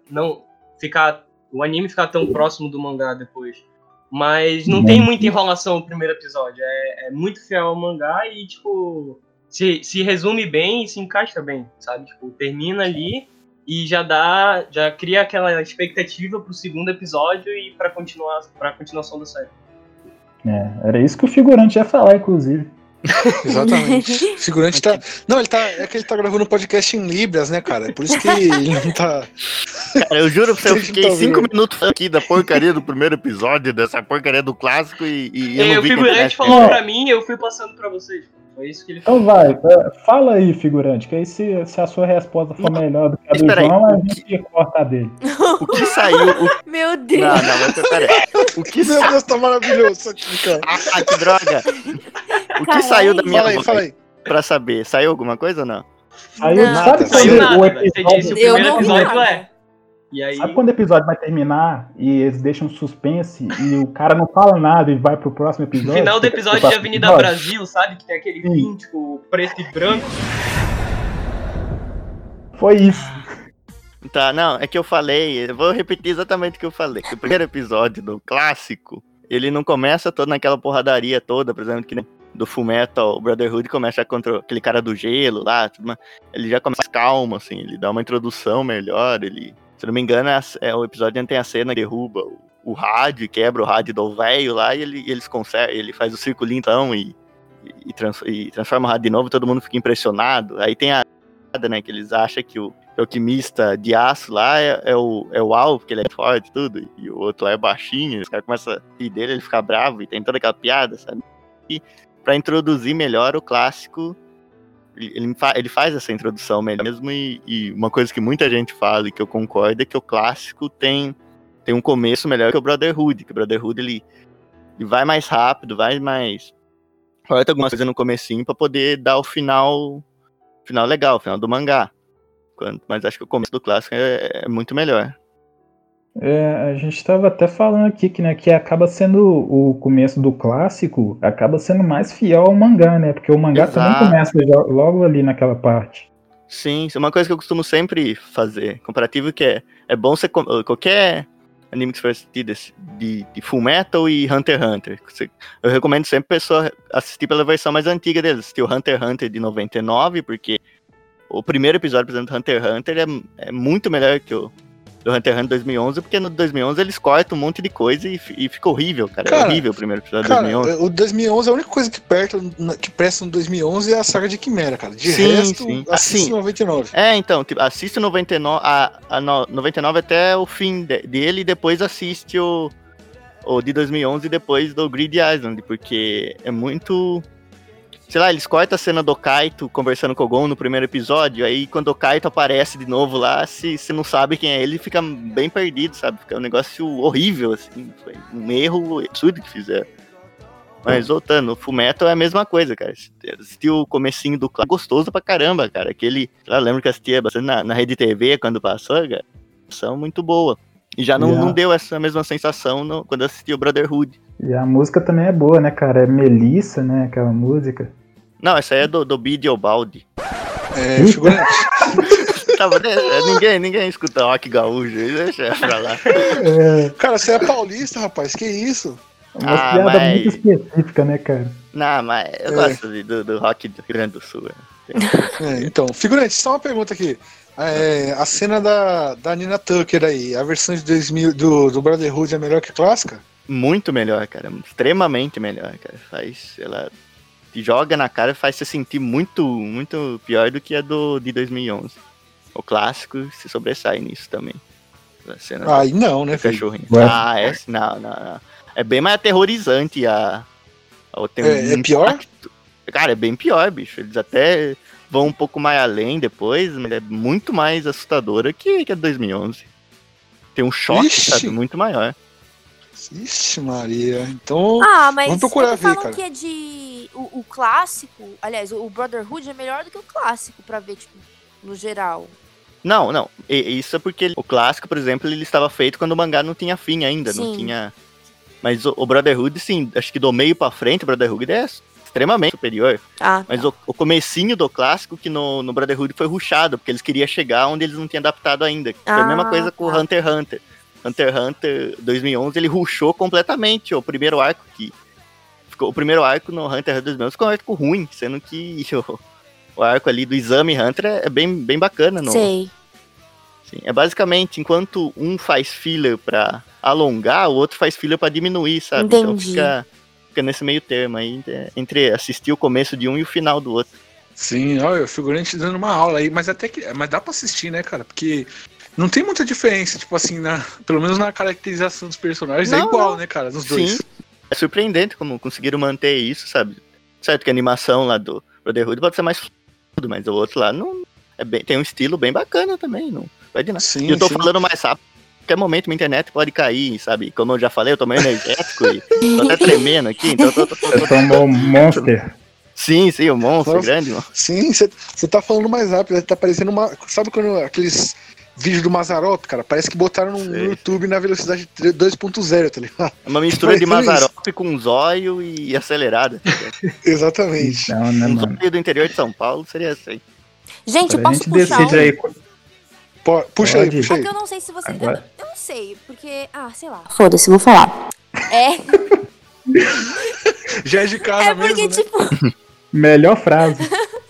o anime ficar tão próximo do mangá depois. Mas não tem muita enrolação no primeiro episódio. É muito fiel ao mangá e, tipo... Se resume bem e se encaixa bem, sabe? Tipo, termina ali e já cria aquela expectativa pro segundo episódio e pra continuação da série. Era isso que o figurante ia falar, inclusive. Exatamente. O figurante tá... Não, é que ele tá gravando um podcast em Libras, né, cara? Por isso que ele não tá... Cara, eu juro pra você, eu fiquei 5 minutos aqui da porcaria do primeiro episódio, dessa porcaria do clássico e eu não vi. O figurante falou pra mim e eu fui passando pra vocês. Foi isso que ele falou. Então fala aí, figurante, que aí se a sua resposta for melhor do que a do João, a gente corta dele. O que saiu... Meu Deus! Não, mas peraí. Meu Deus, tá maravilhoso isso aqui, cara. Que droga! O que saiu da minha boca? Fala aí. Pra saber, saiu alguma coisa ou não? Saiu nada. Saiu nada, você disse o primeiro episódio E aí... Sabe quando o episódio vai terminar e eles deixam suspense e o cara não fala nada e vai pro próximo episódio? No final do episódio de Avenida Brasil, sabe? Que tem aquele fim, tipo, preto e branco. Foi isso. Tá, não, é que eu falei, eu vou repetir exatamente o que eu falei. Que o primeiro episódio do clássico, ele não começa todo naquela porradaria toda, por exemplo, que do Fullmetal Brotherhood começa contra aquele cara do gelo lá, tudo, ele já começa calmo, assim, ele dá uma introdução melhor, se não me engano, o episódio onde tem a cena que derruba o rádio, quebra o rádio do velho lá, e eles consertam, ele faz o circulinho então e transforma o rádio de novo, e todo mundo fica impressionado. Aí tem a né, que eles acham que o alquimista de aço lá é o Al, porque ele é forte e tudo, e o outro lá é baixinho, os caras começam a rir dele, ele fica bravo, e tem toda aquela piada, sabe? E pra introduzir melhor o clássico, ele faz essa introdução melhor mesmo, e uma coisa que muita gente fala e que eu concordo é que o clássico tem um começo melhor que o Brotherhood, que o Brotherhood ele vai mais rápido, vai mais... Corta algumas coisas no comecinho pra poder dar o final legal, o final do mangá. Mas acho que o começo do clássico é muito melhor. A gente estava até falando aqui que acaba sendo o começo do clássico, acaba sendo mais fiel ao mangá, né? Porque o mangá Exato. Também começa logo ali naquela parte. Sim, isso é uma coisa que eu costumo sempre fazer, comparativo, que é bom você... Qualquer anime que você for assistir de Fullmetal e Hunter x Hunter. Eu recomendo sempre a pessoa assistir pela versão mais antiga deles. Assistir o Hunter x Hunter de 99, porque o primeiro episódio, por exemplo, do Hunter x Hunter é muito melhor que o do Hunter x Hunter 2011, porque no 2011 eles cortam um monte de coisa e fica horrível, cara. É horrível o primeiro episódio de 2011. O 2011, a única coisa que presta no 2011 é a saga de Quimera, cara. De resto, assiste 99. Então, tipo, assiste o 99, a 99 até o fim dele, e depois assiste o de 2011 depois do Grid Island, porque é muito... Sei lá, eles cortam a cena do Kaito conversando com o Gon no primeiro episódio, aí quando o Kaito aparece de novo lá, se você não sabe quem é ele, fica bem perdido, sabe? Fica um negócio horrível, assim, foi um erro absurdo que fizeram. Mas voltando, o Fullmetal é a mesma coisa, cara. Assistiu o comecinho do clássico, gostoso pra caramba, cara. Aquele, eu lembro que assistia bastante na Rede TV quando passou, cara. São muito boa. E já não deu essa mesma sensação quando assisti o Brotherhood. E a música também é boa, né, cara? É Melissa, né, aquela música. Não, essa aí é do Bidiobaldi. Figurante. Ninguém escuta rock gaúcho, deixa pra lá. Cara, você é paulista, rapaz, que isso? Uma piada muito específica, né, cara? Não, mas eu gosto do rock do Rio Grande do Sul. Então, figurante, só uma pergunta aqui. A cena da Nina Tucker aí, a versão de 2000 do Brotherhood é melhor que a clássica? Muito melhor, cara. Extremamente melhor, cara. Ela te joga na cara e faz você sentir muito, muito pior do que a de 2011. O clássico se sobressai nisso também. Aí não, né, cachorrinho? Não. É bem mais aterrorizante é pior? Cara, é bem pior, bicho. Eles até vão um pouco mais além depois, mas é muito mais assustadora que a de 2011. Tem um choque, sabe, muito maior. Ixi, Maria. Então, mas vamos procurar ver, falam que é de... O clássico, aliás, o Brotherhood é melhor do que o clássico, pra ver, tipo, no geral. Não. Isso é porque o clássico, por exemplo, ele estava feito quando o mangá não tinha fim ainda, sim. Não tinha... Mas o Brotherhood, sim, acho que do meio pra frente, o Brotherhood é extremamente superior. Mas o comecinho do clássico, que no Brotherhood foi rushado, porque eles queriam chegar onde eles não tinham adaptado ainda. Foi a mesma coisa com o Hunter x Hunter. Hunter x Hunter 2011, ele rushou completamente o primeiro arco o primeiro arco no Hunter x Hunter 2011 ficou um arco ruim, sendo que o arco ali do Exame Hunter é bem, bem bacana. Sei. Sim, é basicamente, enquanto um faz filler pra alongar, o outro faz filler pra diminuir, sabe? Entendi. Então fica nesse meio termo aí, entre assistir o começo de um e o final do outro. Sim, olha, o figurante dando uma aula aí, mas dá pra assistir, né, cara? Porque não tem muita diferença, tipo assim, pelo menos na caracterização dos personagens, é igual, né, cara, nos dois. Sim, é surpreendente como conseguiram manter isso, sabe? Certo que a animação lá do Brotherhood pode ser mais fluido, mas o outro lá tem um estilo bem bacana também, não vai de nada. Sim, e eu tô falando mais rápido, qualquer momento minha internet pode cair, sabe? Como eu já falei, eu tô meio energético e tô até tremendo aqui, então Você tomou um Monster. Sim, o monstro grande, mano. Sim, você tá falando mais rápido, tá parecendo sabe quando aqueles vídeos do Mazzaropi, cara? Parece que botaram no YouTube na velocidade 2.0, tá ligado? É uma mistura de Mazzaropi com um zóio e acelerada. Exatamente. Não, né, um zóio do interior de São Paulo seria assim. Gente, eu posso puxar aí. Puxa aí. É que eu não sei se você... Eu não sei, porque... sei lá. Foda-se, vou falar. Já é de casa mesmo, porque, né? tipo... Melhor frase.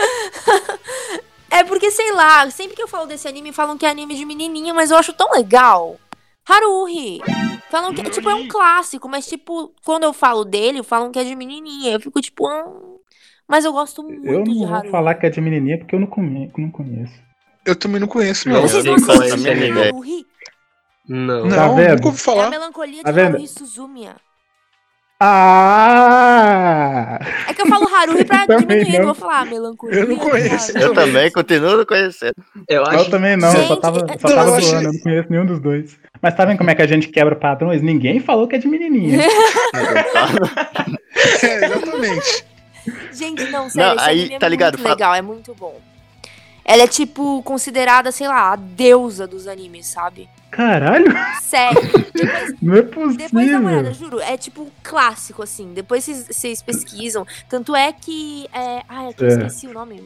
É porque, sei lá, sempre que eu falo desse anime, falam que é anime de menininha, mas eu acho tão legal. Haruhi. Falam que, tipo, é um clássico, mas, tipo, quando eu falo dele, falam que é de menininha. Eu fico, tipo, mas eu gosto muito de Haruhi. Eu não vou falar que é de menininha porque eu não conheço. Eu também não conheço, não. Vocês não assistiram Haruhi? Não. Tá vendo? Nunca ouvi falar. É a melancolia de Haruhi Suzumiya. É que eu falo Haruhi pra diminuir, eu vou falar melancolia. Eu não conheço. Eu também continuo não conhecendo. Eu também não, gente, eu só tava zoando, eu não conheço nenhum dos dois. Mas tá vendo como é que a gente quebra padrões? Ninguém falou que é de menininha. Exatamente. Gente, não, sério, esse aí, anime é tá ligado? Muito legal, é muito bom. Ela é, tipo, considerada, sei lá, a deusa dos animes, sabe? Caralho! Sério. Não é possível. Depois dá uma olhada, juro. É, tipo, clássico, assim. Depois vocês pesquisam. Tanto é que... eu esqueci o nome.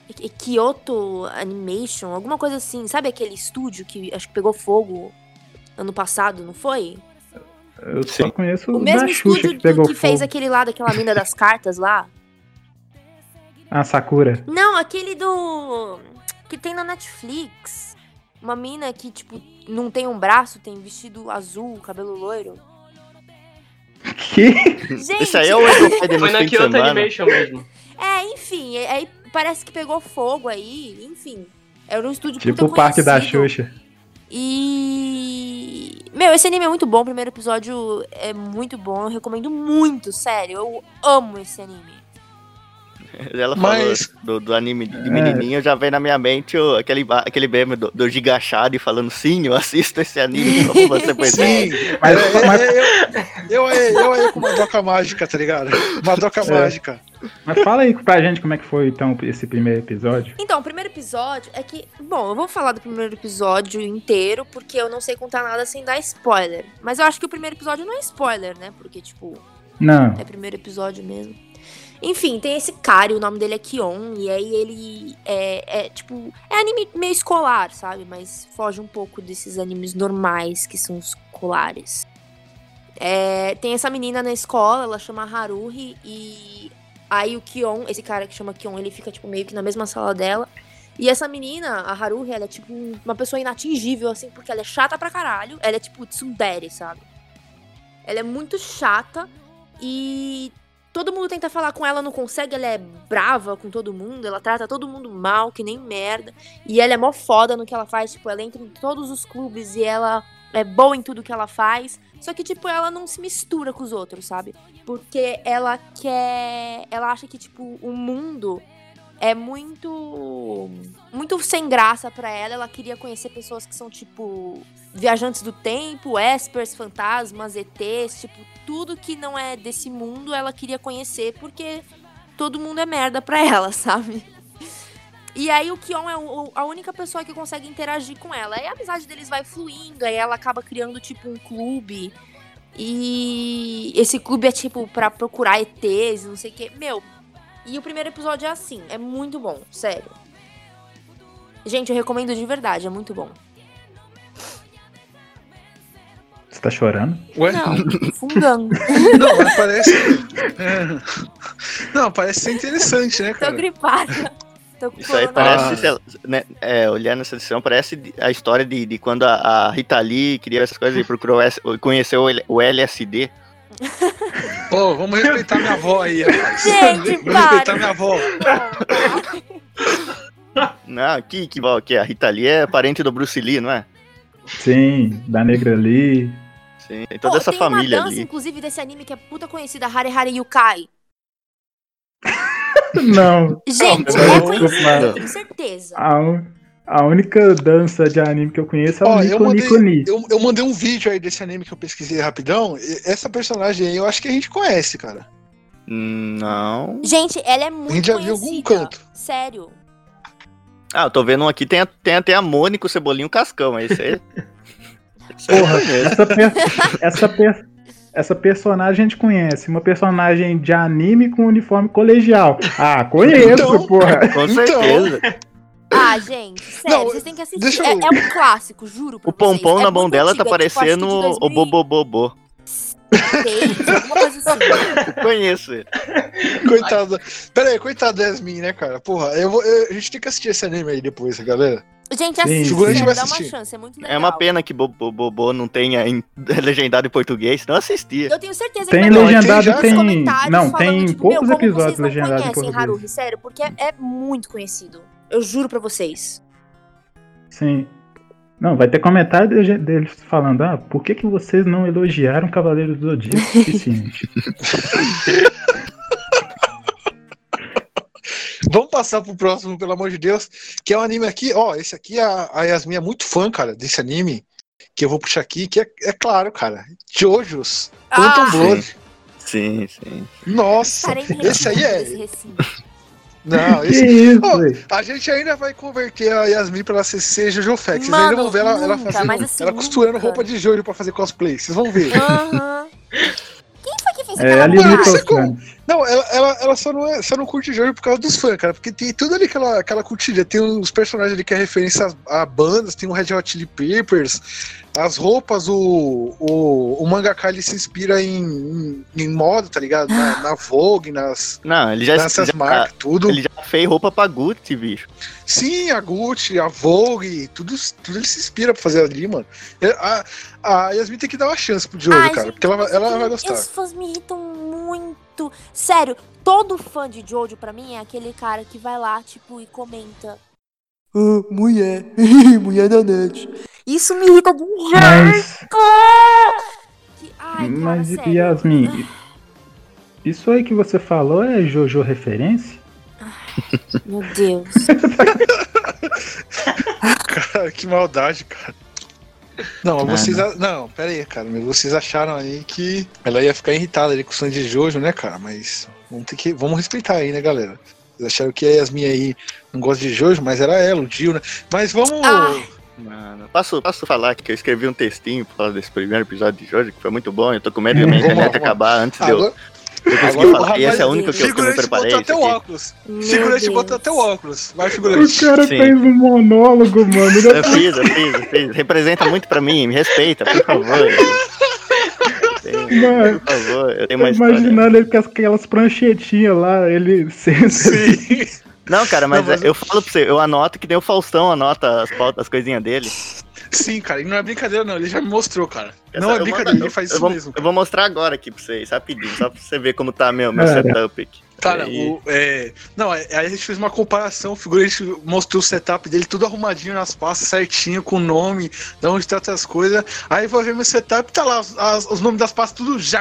Kyoto Animation, alguma coisa assim. Sabe aquele estúdio que acho que pegou fogo ano passado, não foi? Eu só conheço o da mesmo Xuxa estúdio que pegou que fez fogo. aquele lá, daquela mina das cartas lá. Ah, Sakura. Não, aquele do... que tem na Netflix. Uma mina que, tipo, não tem um braço, tem vestido azul, cabelo loiro. Que? Gente, Isso aí é o Edo Foi na Kyoto Animation mesmo. Enfim, aí parece que pegou fogo aí, enfim. Era um estúdio Tipo puta o Parque da conhecido. Xuxa. E... Meu, esse anime é muito bom, o primeiro episódio é muito bom, eu recomendo muito, sério, eu amo esse anime. Ela falou do anime de menininho, já vem na minha mente aquele meme do Gigachari falando, sim, eu assisto esse anime, como você percebe. Sim, eu aí com Madoka Mágica, tá ligado? Madoka Mágica. Mas fala aí pra gente como é que foi, então, esse primeiro episódio. Então, o primeiro episódio é que... Bom, eu vou falar do primeiro episódio inteiro, porque eu não sei contar nada sem dar spoiler. Mas eu acho que o primeiro episódio não é spoiler, né? Porque, tipo... Não. É primeiro episódio mesmo. Enfim, tem esse cara, o nome dele é Kion, e aí ele tipo... É anime meio escolar, sabe? Mas foge um pouco desses animes normais, que são escolares. Tem essa menina na escola, ela chama Haruhi, e... Aí o Kion, esse cara que chama Kion, ele fica, tipo, meio que na mesma sala dela. E essa menina, a Haruhi, ela é, tipo, uma pessoa inatingível, assim, porque ela é chata pra caralho. Ela é, tipo, tsundere, sabe? Ela é muito chata e todo mundo tenta falar com ela, não consegue. Ela é brava com todo mundo, ela trata todo mundo mal, que nem merda. E ela é mó foda no que ela faz, tipo, ela entra em todos os clubes e ela é boa em tudo que ela faz. Só que, tipo, ela não se mistura com os outros, sabe? Porque ela acha que, tipo, o mundo é muito sem graça pra ela. Ela queria conhecer pessoas que são, tipo, viajantes do tempo, espers, fantasmas, ETs, tipo, tudo que não é desse mundo ela queria conhecer, porque todo mundo é merda pra ela, sabe? E aí o Kion é a única pessoa que consegue interagir com ela. Aí a amizade deles vai fluindo, aí ela acaba criando, tipo, um clube. E esse clube é, tipo, pra procurar ETs, não sei o quê. Meu, e o primeiro episódio é assim, é muito bom, sério. Gente, eu recomendo de verdade, é muito bom. Você tá chorando? Ué? Não, fungando. Não, mas parece... Não, parece ser interessante, né, cara? Tô gripada. Isso aí parece, né, olhando essa edição, parece a história de quando a Rita Lee criou essas coisas e procurou conheceu o LSD. Pô, vamos respeitar minha avó aí, rapaz. Gente, vamos respeitar minha avó. Não, que a Rita Lee é parente do Bruce Lee, não é? Sim, da Negra Lee. Sim, tem toda essa família tem uma dança, ali. inclusive, desse anime que é puta conhecida, Hare Hare Yukai. Não. Gente, não, é conhecido, tenho certeza. A única dança de anime que eu conheço é o Nico Ni. Eu mandei um vídeo aí desse anime que eu pesquisei rapidão. Essa personagem aí eu acho que a gente conhece, cara. Não. Gente, ela é muito conhecida. A gente já viu algum canto. Sério. Ah, eu tô vendo um aqui, tem até a Mônica, o Cebolinho e o Cascão, é isso aí. Porra, essa personagem a gente conhece. Uma personagem de anime com uniforme colegial. Ah, conheço, então, porra. Com certeza. Ah, gente, sério, vocês têm que assistir. É um clássico, juro pra O pompom na mão dela tá antigo, parecendo tipo, o Bobobobô. Alguma coisa assim. Eu conheço ele. Coitado. Pera aí, coitado da Yasmin, né, cara? Porra, a gente tem que assistir esse anime aí depois, galera. Gente, assiste, dá uma chance, é muito legal. É uma pena que Bobobô não tenha legendado em português, senão assistia. Eu tenho certeza que tem legendado, tem tipo, poucos episódios legendados em português. Haruhi, sério, porque é muito conhecido. Eu juro pra vocês. Sim. Não, vai ter comentário deles falando, por que vocês não elogiaram Cavaleiros do Zodíaco o suficiente? Vamos passar pro próximo, pelo amor de Deus, que é um anime aqui, esse aqui, a Yasmin é muito fã, cara, desse anime, que eu vou puxar aqui, que é claro, cara, JoJo's Phantom Blood. Sim. Nossa, esse aí é... Não, a gente ainda vai converter a Yasmin pra ela ser Jojo Facts. Vocês ainda vão ver ela fazendo, assim, ela costurando roupa de Jojo pra fazer cosplay. Vocês vão ver. Quem foi que fez aquela Mano, Não, ela só não curte Jojo por causa dos fãs, cara. Porque tem tudo ali que ela curtiria. Tem os personagens ali que é referência a bandas, tem o Red Hot Chili Peppers, as roupas, o mangaka ele se inspira em moda, tá ligado? Na Vogue, nessas marcas, tudo. Ele já fez roupa pra Gucci, bicho. Sim, a Gucci, a Vogue, tudo ele se inspira pra fazer ali, mano. A Yasmin tem que dar uma chance pro Jojo, cara, porque ela vai gostar. Os fãs me irritam muito. Sério, todo fã de Jojo pra mim é aquele cara que vai lá, tipo, e comenta. Mulher, mulher da net. Isso me irrita de um jeito. Mas Yasmin, isso aí que você falou é Jojo referência? Meu Deus. Cara, que maldade, cara. Não, não, pera aí, cara. Vocês acharam aí que ela ia ficar irritada ali com o som de Jojo, né, cara? Mas vamos respeitar aí, né, galera? Vocês acharam que a Yasmin aí não gosta de Jojo, mas era ela, o Dio, né? Mas vamos... Mano, posso falar que eu escrevi um textinho por causa desse primeiro episódio de Jojo, que foi muito bom. Eu tô com medo da minha internet acabar antes de eu conseguir falar. E esse é o único que eu me preparei. Figurante botou até o óculos. Vai, figurante. O cara fez um monólogo, mano. Eu fiz. Representa muito pra mim, me respeita, por favor. Mano, por favor, eu tenho uma imaginando ele com aquelas pranchetinhas lá, ele senta. Sim. Não, cara, mas eu falo pra você, eu anoto que nem o Faustão anota as coisinhas dele. Sim, cara, e não é brincadeira não, ele já me mostrou, cara. Não é brincadeira, ele faz isso mesmo. Eu vou mostrar agora aqui pra vocês, rapidinho, só pra você ver como tá meu setup aqui. Cara, aí a gente fez uma comparação, o figurante mostrou o setup dele tudo arrumadinho nas pastas, certinho, com o nome, de onde tá as coisas. Aí vou ver meu setup, tá lá os nomes das pastas, tudo já,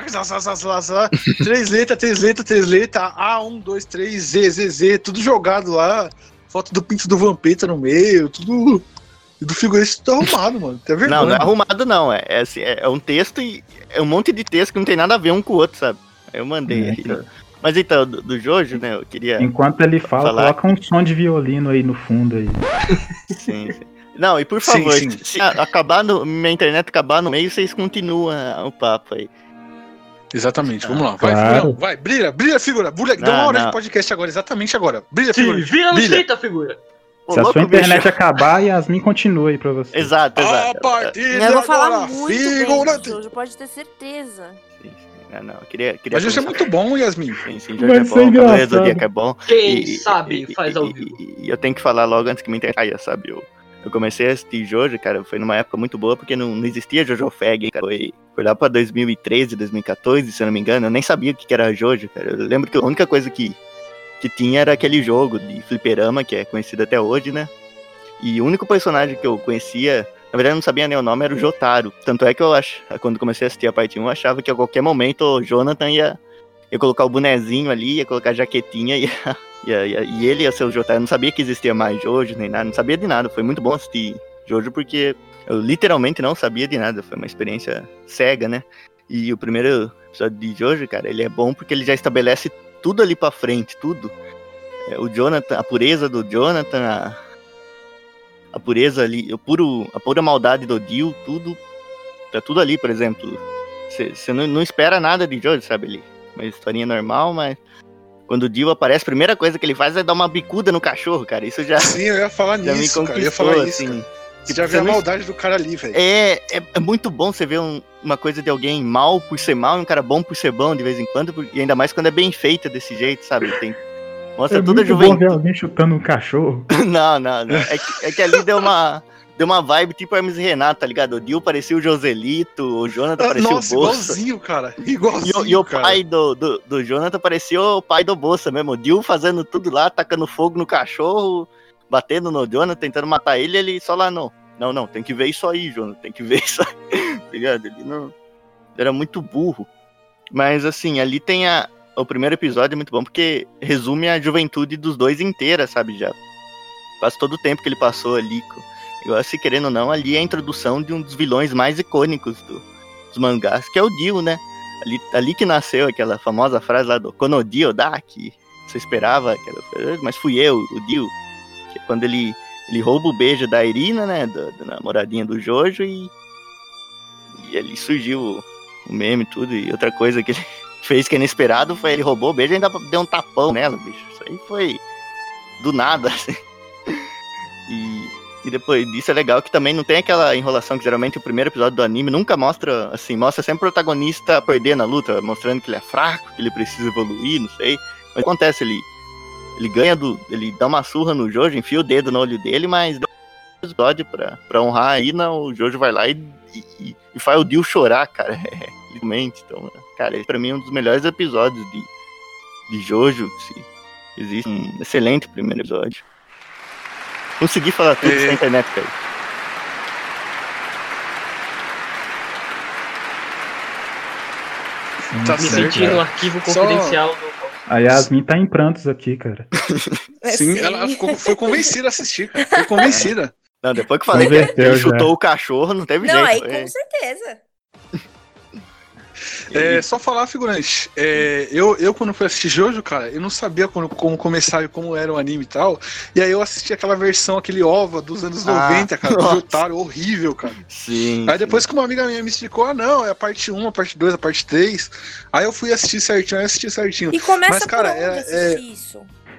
3 letras, A1, 2, 3, Z, tudo jogado lá. Foto do pinto do Vampeta no meio, tudo... do figurante tudo arrumado, mano. Tá vergonha. Não é arrumado não, é um texto e é um monte de texto que não tem nada a ver um com o outro, sabe? Aí eu mandei aí. Mas então, do Jojo, né, eu queria... Enquanto ele fala, coloca um som de violino aí no fundo aí. Sim. Não, e por favor, se minha internet acabar no meio, vocês continuam o papo aí. Exatamente, vamos lá. Vai, claro. Vai, brilha, figura. Dá uma hora de podcast agora, exatamente agora. Brilha, figura. Vira, figura. Se a sua internet acabar, Yasmin continua aí pra você. Exato. A partir eu vou falar muito bem do Jojo, pode ter certeza. Sim. Não, eu queria mas isso é muito bom, Yasmin. Sim, Jojo é bom, Cavaleiro do Zodíaco é bom. Quem sabe faz ao vivo. E eu tenho que falar logo antes que me interessa, sabe? Eu comecei a assistir Jojo, cara, foi numa época muito boa, porque não existia Jojo Fag, cara. Foi lá pra 2013, 2014, se eu não me engano, eu nem sabia o que era Jojo, cara. Eu lembro que a única coisa que tinha era aquele jogo de fliperama, que é conhecido até hoje, né? E o único personagem que eu conhecia, na verdade eu não sabia nem o nome, era o Jotaro. Tanto é que quando comecei a assistir a parte 1, eu achava que a qualquer momento o Jonathan ia colocar o bonezinho ali, ia colocar a jaquetinha e ele ia ser o Jotaro. Eu não sabia que existia mais Jojo, nem nada, não sabia de nada. Foi muito bom assistir Jojo, porque eu literalmente não sabia de nada. Foi uma experiência cega, né? E o primeiro episódio de Jojo, cara, ele é bom porque ele já estabelece tudo ali pra frente, tudo. O Jonathan, a pureza do Jonathan, a pureza ali, a pura maldade do Dio, tudo, tá tudo ali, por exemplo. Você não espera nada de Jojo, sabe? Ali, uma historinha normal, mas quando o Dio aparece, a primeira coisa que ele faz é dar uma bicuda no cachorro, cara. Isso já... Sim, eu ia falar nisso, cara. Eu ia falar isso, assim. Você já vê a maldade do cara ali, velho. É muito bom você ver uma coisa de alguém mal por ser mal e um cara bom por ser bom de vez em quando, e ainda mais quando é bem feita desse jeito, sabe? Mostra toda a juventude. É muito bom ver alguém chutando um cachorro. Não. É que ali deu uma vibe tipo Hermes e Renato, tá ligado? O Dio parecia o Joselito, o Jonathan parecia o Bolsa. Igualzinho, cara. Igualzinho, e o pai do Jonathan parecia o pai do Bolsa mesmo. O Dio fazendo tudo lá, tacando fogo no cachorro, batendo no Jonathan, tentando matar ele só lá, não, tem que ver isso aí, Jonathan, tem que ver isso aí, tá ligado? Ele não... era muito burro. Mas, assim, ali tem o primeiro episódio é muito bom, porque resume a juventude dos dois inteira, sabe, já. Faz todo o tempo que ele passou ali, igual se querendo ou não, ali é a introdução de um dos vilões mais icônicos dos mangás, que é o Dio, né? Ali que nasceu aquela famosa frase lá do Kono Dio da, que você esperava, mas fui eu, o Dio. Que é quando ele rouba o beijo da Irina, né, da namoradinha do Jojo, e ali surgiu o meme e tudo, e outra coisa que fez que é inesperado, foi ele roubou o beijo e ainda deu um tapão nela, bicho. Isso aí foi do nada, assim. E depois disso é legal que também não tem aquela enrolação que geralmente o primeiro episódio do anime nunca mostra, assim, mostra sempre o protagonista perder na luta, mostrando que ele é fraco, que ele precisa evoluir, não sei. Mas acontece, ele ganha ele dá uma surra no Jojo, enfia o dedo no olho dele, mas dá um episódio pra honrar a Ina, o Jojo vai lá e faz o Dio chorar, cara. Literalmente. Então, cara, esse pra mim é um dos melhores episódios de Jojo, se existe. Um excelente primeiro episódio. Consegui falar tudo sem internet, cara. Tá me sentindo no arquivo confidencial. A Yasmin tá em prantos aqui, cara. Sim, ela foi convencida a assistir, cara. Foi convencida. Não, depois que eu falei que ele chutou o cachorro, não teve jeito. Não, aí com certeza. Só falar, figurante, eu quando fui assistir Jojo, cara, eu não sabia como começar e como era o anime e tal, e aí eu assisti aquela versão, aquele OVA dos anos 90, cara, do Jotaro, horrível, cara. Sim. Aí depois que uma amiga minha me explicou, não, é a parte 1, a parte 2, a parte 3, aí eu fui assistir certinho, E começa mas, cara, por onde assistir isso?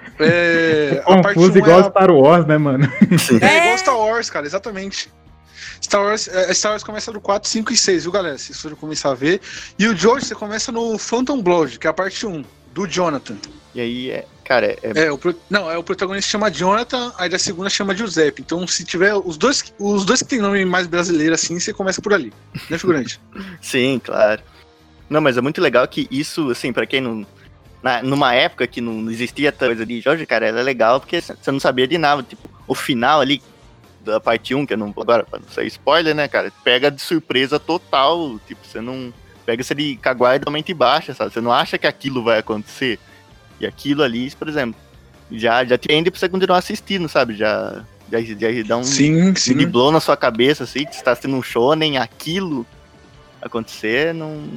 A parte 1 igual Star Wars, né, mano? Igual Star Wars, cara, exatamente. Star Wars começa do 4, 5 e 6, viu, galera? Se você começar a ver. E o Jojo, você começa no Phantom Blood, que é a parte 1, do Jonathan. E aí, cara... o protagonista chama Jonathan, aí da segunda chama Giuseppe. Então, se tiver os dois que tem nome mais brasileiro assim, você começa por ali, né, figurante? Sim, claro. Não, mas é muito legal que isso, assim, pra quem não... numa época que não existia coisa de Jojo, cara, era legal porque você não sabia de nada. Tipo, o final ali da parte 1, que eu não... Agora, pra não ser spoiler, né, cara? Pega de surpresa total. Tipo, você não... Pega você de caguai da mente baixa, sabe? Você não acha que aquilo vai acontecer. E aquilo ali, por exemplo, já te rende pra você continuar assistindo, sabe? Já dá um blow na sua cabeça, assim, que você tá assistindo um shonen, aquilo acontecer, não...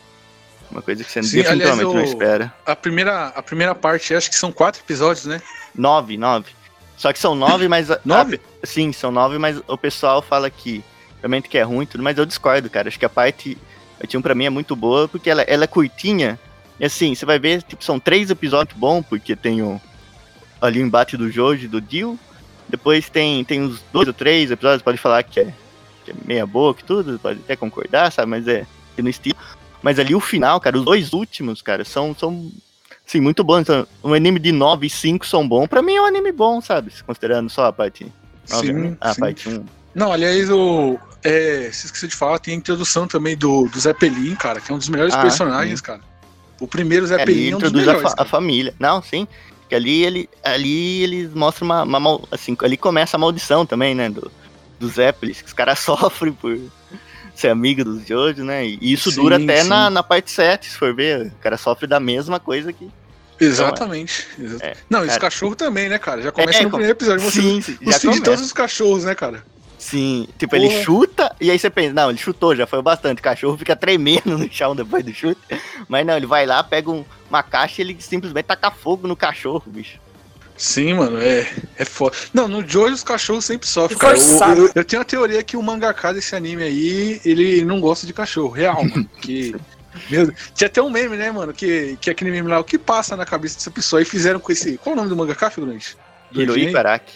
Uma coisa que você definitivamente não espera. A primeira parte, acho que são 4 episódios, né? 9. Só que são 9, mas... 9? Sim, são 9, mas o pessoal fala que realmente que é ruim, tudo, mas eu discordo, cara. Acho que a parte 1 pra mim é muito boa, porque ela é curtinha. E assim, você vai ver, tipo, são 3 episódios bons, porque tem ali o embate do Jojo e do Dio. Depois tem uns 2 ou 3 episódios, pode falar que é meia boca e tudo, pode até concordar, sabe? Mas é no estilo. Mas ali o final, cara, os 2 últimos, cara, são sim, muito bons. Então, um anime de 9 e 5 são bons. Pra mim é um anime bom, sabe? Considerando só a parte 9, sim. Parte 1. Não, aliás, você esqueceu de falar, tem a introdução também do Zé Pelin, cara, que é um dos melhores personagens, cara. O primeiro Zé Pelin é um dos melhores. A família. Não, sim. Que ali eles mostram uma assim, ali começa a maldição também, né? Do Zé Pelin, que os caras sofrem por ser amigo dos Jojo, né? E isso dura até na parte 7, se for ver. O cara sofre da mesma coisa que... Exatamente. Então, não, e os cachorros também, né, cara? Já começa no primeiro episódio. Sim, os fim de todos os cachorros, né, cara? Sim, tipo, ele chuta, e aí você pensa, não, ele chutou, já foi o bastante. O cachorro fica tremendo no chão depois do chute. Mas não, ele vai lá, pega uma caixa e ele simplesmente taca fogo no cachorro, bicho. Sim, mano, é foda. Não, no Jojo os cachorros sempre sofrem, cara. Eu tenho a teoria que o mangaka desse anime aí, ele não gosta de cachorro, real, mano. Tinha até um meme, né, mano, que aquele meme lá, o que passa na cabeça dessa pessoa, e fizeram com esse... Qual é o nome do mangaka, figurante? Hirohiko Araki.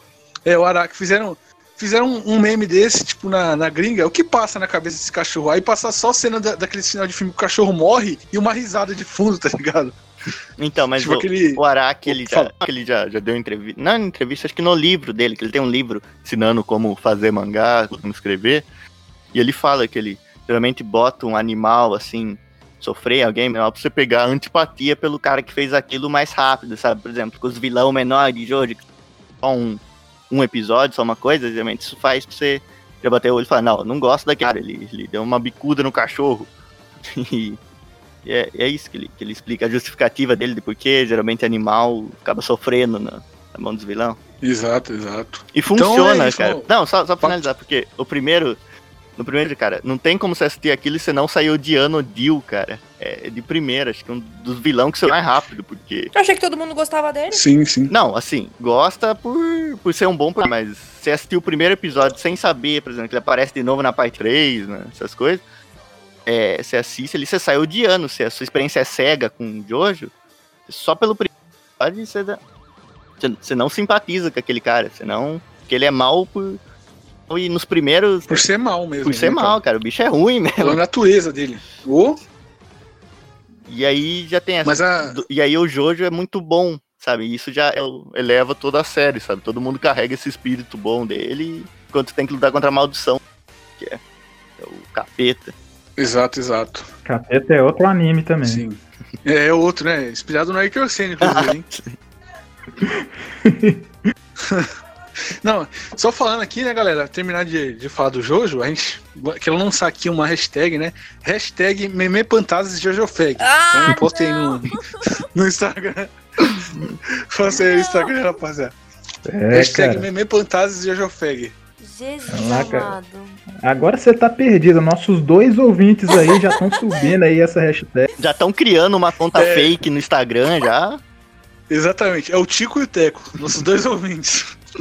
O Araki, fizeram um meme desse, tipo, na gringa, o que passa na cabeça desse cachorro? Aí passa só cena daquele final de filme que o cachorro morre e uma risada de fundo, tá ligado? Então, mas tipo o Araki, ele já deu entrevista, não entrevista, acho que no livro dele, que ele tem um livro ensinando como fazer mangá, como escrever, e ele fala que ele geralmente bota um animal, assim, sofrer alguém, pra você pegar antipatia pelo cara que fez aquilo mais rápido, sabe? Por exemplo, com os vilão menor de Jojo, só um episódio, só uma coisa, geralmente isso faz pra você já bater o olho e falar, não gosto daquele cara, ele deu uma bicuda no cachorro. E é isso que ele explica, a justificativa dele de porque geralmente animal acaba sofrendo na mão dos vilão. Exato. E funciona, então, cara. Não, só pra finalizar, porque no primeiro, cara, não tem como você assistir aquilo e você não sair odiando o Dio, cara. É de primeira, acho que é um dos vilões que você vai mais rápido, porque... Eu achei que todo mundo gostava dele. Sim. Não, assim, gosta por ser um bom personagem, mas você assistiu o primeiro episódio sem saber, por exemplo, que ele aparece de novo na parte 3, né, essas coisas. você assiste ali, você sai odiando. Se a sua experiência é cega com Jojo, só pelo primeiro você não simpatiza com aquele cara. Porque ele é mal e nos primeiros... Por ser mal mesmo. Por ser mal, cara. O bicho é ruim mesmo. Pela natureza dele. E aí já tem E aí o Jojo é muito bom, sabe? E isso já eleva toda a série, sabe? Todo mundo carrega esse espírito bom dele, enquanto tem que lutar contra a maldição, que é o capeta. Exato. Capeta é outro anime também. Sim. É outro, né? Inspirado no Ayrton Senna, inclusive, hein? Não, só falando aqui, né, galera, terminar de falar do Jojo, a gente quer lançar aqui uma hashtag, né? Hashtag Memepantazes JojoFag. Então, postem no Instagram. Faça aí no Instagram, rapaziada. Hashtag Memepantazes JojoFag. Jesus amado. Agora você tá perdido. Nossos 2 ouvintes aí já estão subindo aí essa hashtag. Já estão criando uma conta fake no Instagram já. Exatamente. É o Tico e o Teco, nossos 2 ouvintes.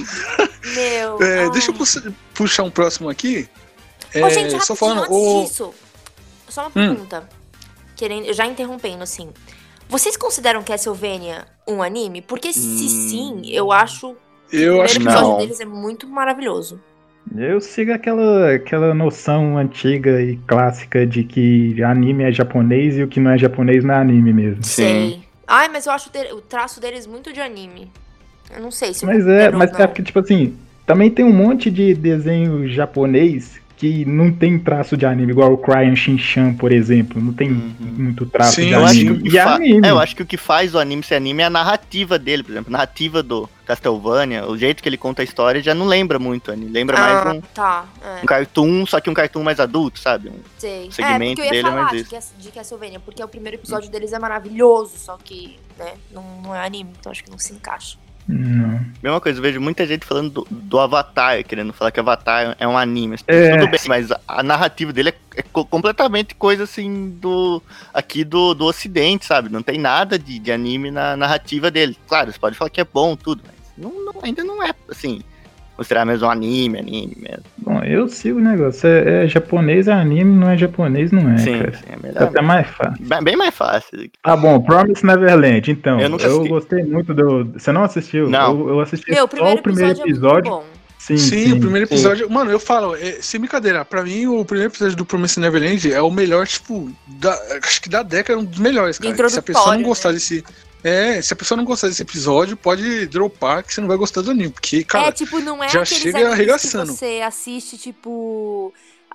Deixa eu puxar um próximo aqui. Gente, só falando antes disso, só uma pergunta. Já interrompendo, assim. Vocês consideram Castlevania um anime? Porque se sim, eu acho que o episódio deles é muito maravilhoso. Eu sigo aquela noção antiga e clássica de que anime é japonês e o que não é japonês não é anime mesmo. Sei. Ai, mas eu acho o traço deles muito de anime. Eu não sei se mas é porque, tipo assim, também tem um monte de desenho japonês que não tem traço de anime, igual o Crayon Shin-chan, por exemplo. Não tem muito traço de anime. Eu acho que o que faz o anime ser anime é a narrativa dele, por exemplo. A narrativa do Castlevania, o jeito que ele conta a história já não lembra muito. Lembra mais um cartoon, só que um cartoon mais adulto, sabe? Sei. Segmento porque eu ia dele falar é mais isso. de Castlevania, porque o primeiro episódio deles é maravilhoso, só que, né, não é anime, então acho que não se encaixa. Não. Mesma coisa, eu vejo muita gente falando do Avatar, querendo falar que Avatar é um anime. Tudo bem, mas a narrativa dele é completamente coisa assim aqui do Ocidente, sabe? Não tem nada de anime na narrativa dele. Claro, você pode falar que é bom, tudo, mas ainda não é assim. Considerar mesmo um anime mesmo. Bom, eu sigo o negócio. É japonês, é anime, não é japonês, não é, sim, cara. Sim, é melhor. É até mais fácil. Bem mais fácil. Tá bom, Promise Neverland, então. Eu gostei muito Você não assistiu? Não. Eu assisti só o primeiro episódio. É muito bom. Sim, o primeiro episódio... Sim. Mano, eu falo, sem brincadeira, pra mim o primeiro episódio do Promise Neverland é o melhor, tipo, acho que da década é um dos melhores, cara. Se a pessoa não gostar desse... se a pessoa não gostar desse episódio, pode dropar que você não vai gostar do anime. Porque, cara, tipo, não é já chega arregaçando. Que você assiste, tipo...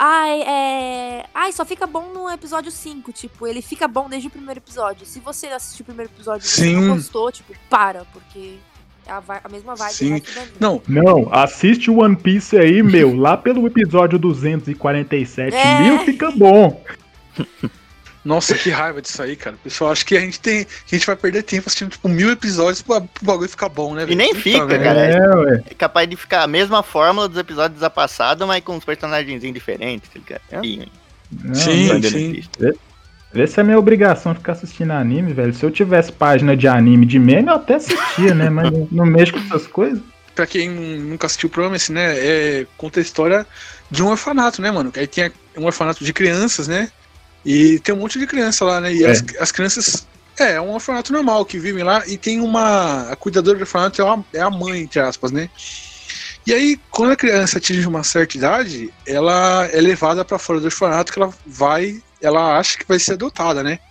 Ai, só fica bom no episódio 5. Tipo, ele fica bom desde o primeiro episódio. Se você assistiu o primeiro episódio e você não gostou, tipo, para, porque é a mesma vibe. Sim. Não, assiste o One Piece aí, meu, lá pelo episódio 247. Fica bom. Nossa, que raiva disso aí, cara. Pessoal, acho que a gente vai perder tempo assistindo, tipo, 1000 episódios pro bagulho ficar bom, né? E nem fica, cara. É capaz de ficar a mesma fórmula dos episódios da passada, mas com uns personagens diferentes, tá ligado? Sim. Vê se é minha obrigação ficar assistindo anime, velho. Se eu tivesse página de anime de meme, eu até assistia, né? Mas não mexo com essas coisas. Pra quem nunca assistiu o Promise, né? Conta a história de um orfanato, né, mano? Aí tem um orfanato de crianças, né? E tem um monte de criança lá, né? E as crianças... É um orfanato normal que vivem lá. E tem a cuidadora do orfanato é a mãe, entre aspas, né? E aí, quando a criança atinge uma certa idade, ela é levada pra fora do orfanato, que ela acha que vai ser adotada, né?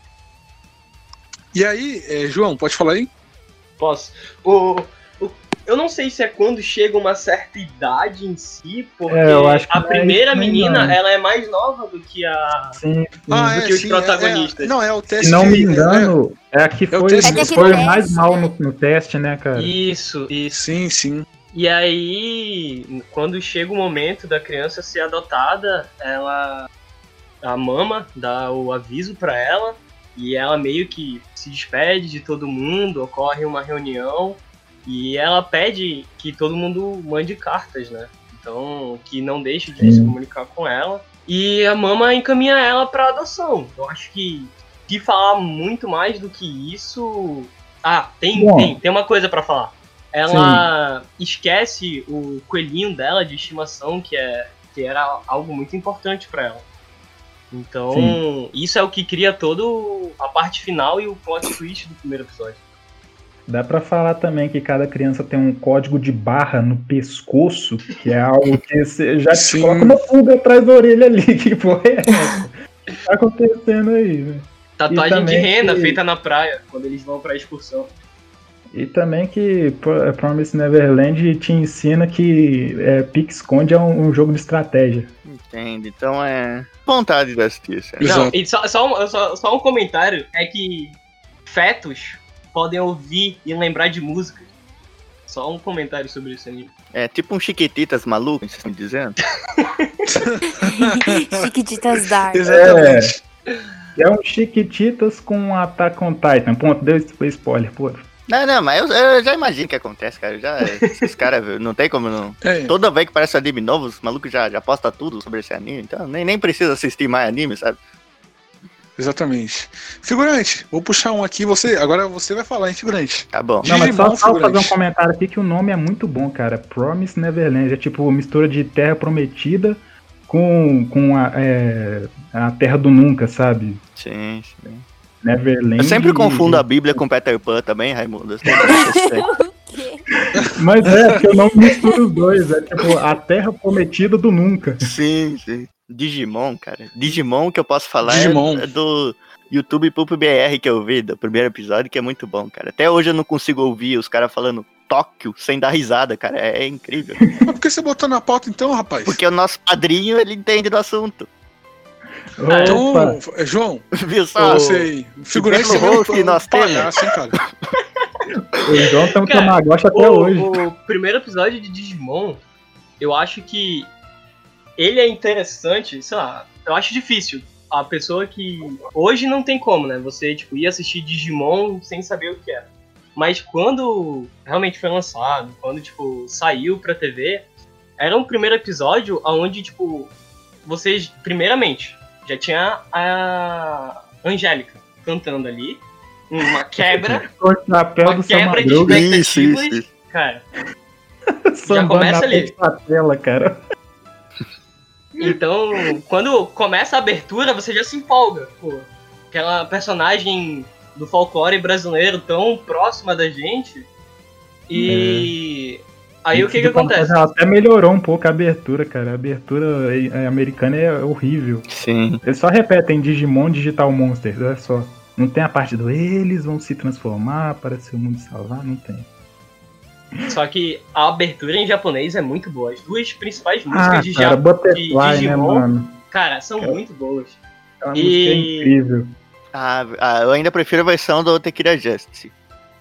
E aí, João, pode falar aí? Posso. Eu não sei se é quando chega uma certa idade em si, porque eu acho que a primeira menina, ela é mais nova do que os protagonistas. Não, é o teste. Se não me engano, é a que foi mais mal no teste, né, cara? Isso. Sim. E aí, quando chega o momento da criança ser adotada, a mama dá o aviso pra ela, e ela meio que se despede de todo mundo, ocorre uma reunião, e ela pede que todo mundo mande cartas, né? Então, que não deixe de se comunicar com ela. E a mama encaminha ela pra adoção. Eu acho que de falar muito mais do que isso... Tem uma coisa pra falar. Ela esquece o coelhinho dela de estimação, que era algo muito importante pra ela. Então, isso é o que cria todo a parte final e o plot twist do primeiro episódio. Dá pra falar também que cada criança tem um código de barra no pescoço, que é algo que você já te coloca uma pulga atrás da orelha ali. Que porra é essa? O que tá acontecendo aí, né? Tatuagem de rena feita na praia, quando eles vão pra excursão. E também que Promise Neverland te ensina que pique-esconde é um jogo de estratégia. Entende, então é vontade de assistir. Não, e só um comentário, é que fetos podem ouvir e lembrar de música. Só um comentário sobre isso aí. É tipo um Chiquititas maluco, vocês estão dizendo? Chiquititas Dark. Exatamente. É um Chiquititas com Attack on Titan. Ponto, deu spoiler, pô. Não, mas eu já imagino o que acontece, cara. Esses caras, não tem como não. Toda vez que parece um anime novo, os malucos já postam tudo sobre esse anime, então nem precisa assistir mais anime, sabe? Exatamente. Figurante, vou puxar um aqui, agora você vai falar, hein, figurante. Tá bom. Não, mas só fazer um comentário aqui que o nome é muito bom, cara. Promise Neverland, é tipo mistura de Terra Prometida com a Terra do Nunca, sabe? Sim. Neverland. Eu sempre confundo a Bíblia com Peter Pan também, Raimundo. Mas porque eu não misturo os dois, é tipo a Terra Prometida do Nunca. Sim. Digimon, cara. Digimon que eu posso falar é do YouTube Pulp BR que eu vi, do primeiro episódio, que é muito bom, cara. Até hoje eu não consigo ouvir os caras falando Tóquio sem dar risada, cara. É incrível. Mas por que você botou na pauta então, rapaz? Porque o nosso padrinho, ele entende do assunto. Então, João, viu só? Figurante que nós temos. Cara. O João tá um Tamagotchi até hoje. O primeiro episódio de Digimon, eu acho que ele é interessante, sei lá, eu acho difícil. A pessoa que... Hoje não tem como, né? Você, tipo, ir assistir Digimon sem saber o que era. Mas quando realmente foi lançado, quando, tipo, saiu pra TV, era um primeiro episódio onde, tipo, vocês, primeiramente, já tinha a Angélica cantando ali, uma quebra, de expectativas, isso. Cara, já começa ali. Tela, cara. Então, quando começa a abertura, você já se empolga, pô. Aquela personagem do folclore brasileiro tão próxima da gente. E aí o que acontece? Até melhorou um pouco a abertura, cara. A abertura americana é horrível. Sim. Eles só repetem Digimon Digital Monsters, é só. Não tem a parte do eles vão se transformar para ser o mundo salvar, não tem. Só que a abertura em japonês é muito boa. As duas principais músicas de Digimon, né, cara, são muito boas. É uma música incrível. Eu ainda prefiro a versão do Tequila Justice.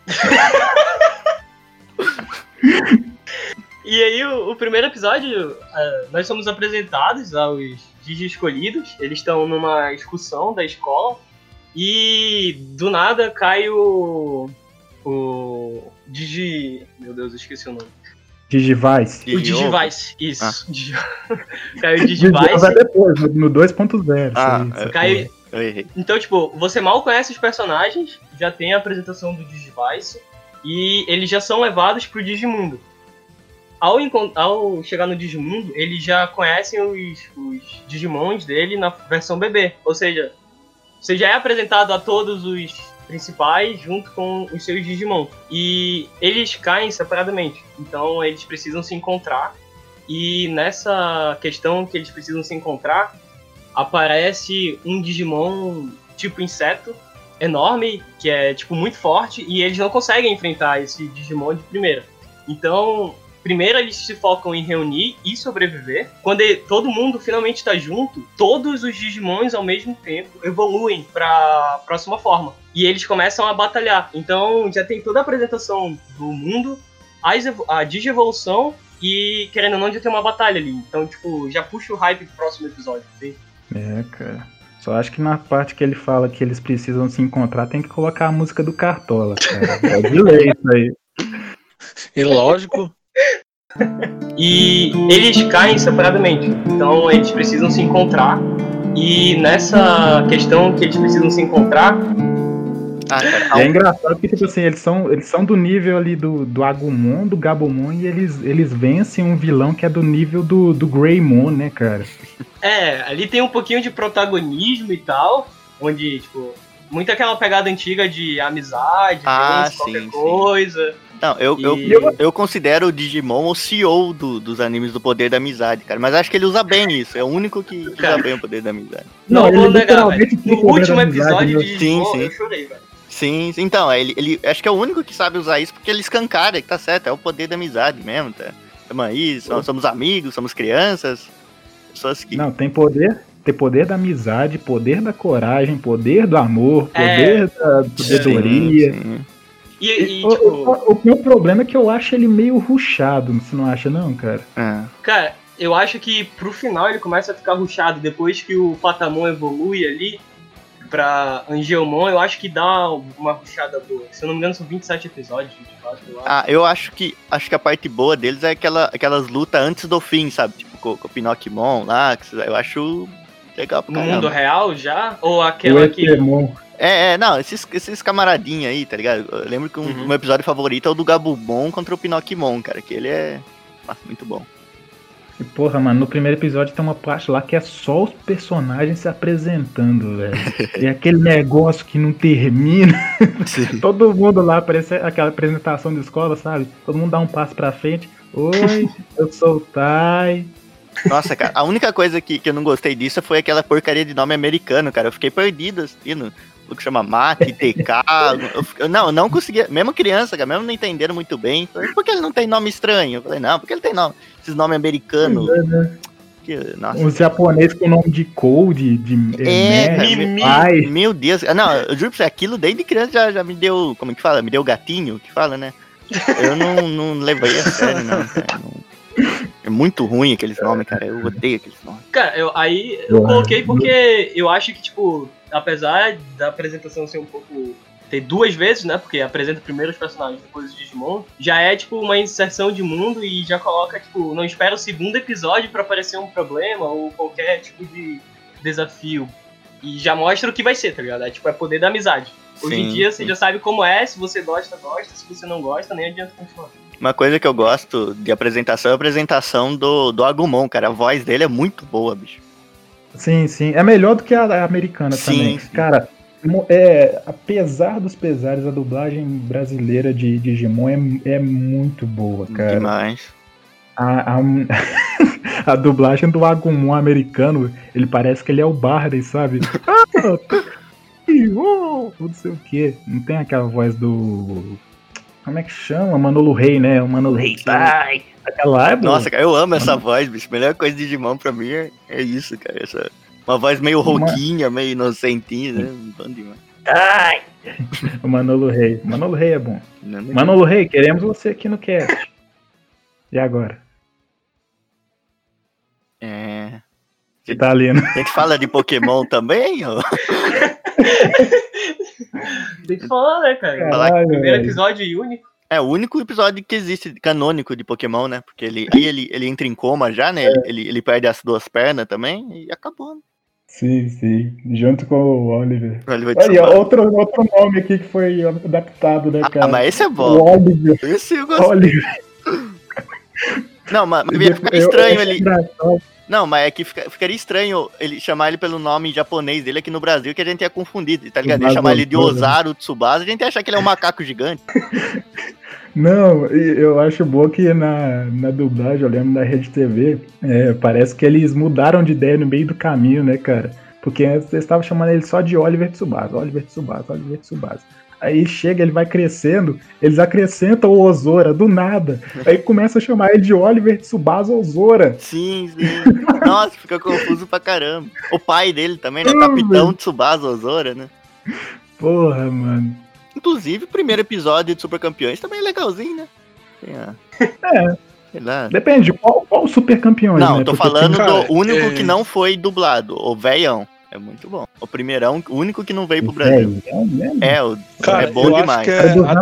E aí, o primeiro episódio, nós somos apresentados aos Digi escolhidos. Eles estão numa excursão da escola. E do nada cai o Digi... Meu Deus, eu esqueci o nome. Digivice. O Digivice, isso. Cai o Digivice. Vai depois, no 2.0. Cai... Então, tipo, você mal conhece os personagens, já tem a apresentação do Digivice, e eles já são levados pro Digimundo. Ao chegar no Digimundo, eles já conhecem os Digimons dele na versão bebê. Ou seja, você já é apresentado a todos os principais junto com os seus Digimon. E eles caem separadamente. Então eles precisam se encontrar. E nessa questão que eles precisam se encontrar, aparece um Digimon tipo inseto, enorme, que é tipo muito forte. E eles não conseguem enfrentar esse Digimon de primeira. Então, primeiro eles se focam em reunir e sobreviver. Quando todo mundo finalmente está junto, todos os Digimons ao mesmo tempo evoluem para a próxima forma. E eles começam a batalhar. Então já tem toda a apresentação do mundo, a digievolução e, querendo ou não, já tem uma batalha ali. Então, tipo, já puxa o hype pro próximo episódio. Assim. Cara. Só acho que na parte que ele fala que eles precisam se encontrar, tem que colocar a música do Cartola, cara. É de lei isso aí. E lógico... E eles caem separadamente. Então eles precisam se encontrar. E nessa questão que eles precisam se encontrar, E é engraçado porque, tipo assim, eles são do nível ali do Agumon, do Gabumon, e eles vencem um vilão que é do nível do Greymon, né, cara? Ali tem um pouquinho de protagonismo e tal, onde, tipo, muito aquela pegada antiga de amizade, qualquer coisa. Não, eu considero o Digimon o CEO dos animes do poder da amizade, cara. Mas acho que ele usa bem isso. É o único que usa bem o poder da amizade. Não vou negar, velho. No último episódio de Digimon, eu chorei, velho. Sim, então, ele acho que é o único que sabe usar isso, porque ele escancara, que tá certo, é o poder da amizade mesmo, tá? Tamo aí, somos amigos, somos crianças. Pessoas que... Não, tem poder da amizade, poder da coragem, poder do amor, poder da sabedoria. Sim. O meu problema é que eu acho ele meio rushado, você não acha não, cara? Cara, eu acho que pro final ele começa a ficar rushado, depois que o Patamon evolui ali pra Angelmon, eu acho que dá uma rushada boa. Se eu não me engano são 27 episódios, 24, eu acho. Eu acho que a parte boa deles é aquelas lutas antes do fim, sabe? Tipo com o Pinocchimon lá, que eu acho legal pra caramba. No mundo real já? Ou aquela que... Não, esses camaradinhos aí, tá ligado? Eu lembro que o meu episódio favorito é o do Gabumon contra o Pinocchimon, cara, que ele é muito bom. E porra, mano, no primeiro episódio tem uma parte lá que é só os personagens se apresentando, velho. E aquele negócio que não termina. Todo mundo lá, parece aquela apresentação de escola, sabe? Todo mundo dá um passo pra frente. Oi, eu sou o Tai. Nossa, cara, a única coisa que eu não gostei disso foi aquela porcaria de nome americano, cara. Eu fiquei perdido assistindo o que chama Mac, TK. Eu não conseguia, mesmo criança, cara, mesmo não entendendo muito bem. Por que ele não tem nome estranho? Eu falei, não, porque ele tem esses nomes americanos. Um japonês com nome de Code, meu Deus. Não, eu juro pra você, aquilo desde criança já me deu, como que fala? Me deu gatinho, que fala, né? Eu não levei a sério, não, cara. É muito ruim aqueles nomes, cara. Eu odeio aqueles nomes. Cara, eu coloquei porque eu acho que, tipo, apesar da apresentação ser um pouco... ter duas vezes, né? Porque apresenta primeiro os personagens, depois o Digimon. Já é, tipo, uma inserção de mundo e já coloca, tipo, não espera o segundo episódio pra aparecer um problema ou qualquer tipo de desafio. E já mostra o que vai ser, tá ligado? É poder da amizade. Hoje em dia você já sabe como é, se você gosta. Se você não gosta, nem adianta continuar. Uma coisa que eu gosto de apresentação é a apresentação do Agumon, cara. A voz dele é muito boa, bicho. Sim. É melhor do que a americana também. Sim. Cara, apesar dos pesares, a dublagem brasileira de Digimon é muito boa, cara. Demais. A dublagem do Agumon americano, ele parece que ele é o Barney, sabe? Não sei o que. Não tem aquela voz do... Como é que chama? Manolo Rey, né? O Manolo Rey. Aquela lá é boa. Nossa, cara, eu amo essa voz, bicho. A melhor coisa de Digimon pra mim é isso, cara. Uma voz meio rouquinha, meio inocentinha, né? Bom demais. O Manolo Rey. Manolo Rey é bom. Manolo Rey, queremos você aqui no cast. E agora? Italiano. A gente fala de Pokémon também, ó? Tem que falar, né, cara? Caralho, primeiro episódio e único. É o único episódio que existe canônico de Pokémon, né? Porque ele entra em coma já, né? Ele perde as duas pernas também e acabou, né? Sim. Junto com o Oliver. Olha, outro nome aqui que foi adaptado, né, cara? Mas esse é bom. O Oliver. Esse eu gostei. Oliver. Não, mas ia ficar estranho ele... Não, mas é que ficaria estranho ele chamar ele pelo nome japonês dele aqui no Brasil, que a gente ia confundir, tá ligado? Ia chamar ele de Osaru Tsubasa, a gente ia achar que ele é um macaco gigante. Não, eu acho bom que na dublagem, eu lembro da Rede TV, parece que eles mudaram de ideia no meio do caminho, né, cara? Porque antes eles estavam chamando ele só de Oliver Tsubasa. Aí chega, ele vai crescendo, eles acrescentam o Ozora, do nada. Aí começa a chamar ele de Oliver Tsubasa Ozora. Sim. Nossa, fica confuso pra caramba. O pai dele também, né? Capitão Tsubasa Ozora, né? Porra, mano. Inclusive, o primeiro episódio de Super Campeões também é legalzinho, né? Sei lá. Depende de qual Super Campeões, não, né? Tô falando do único que não foi dublado, o Veião. É muito bom. O primeirão, o único que não veio pro Brasil. Cara, é bom demais.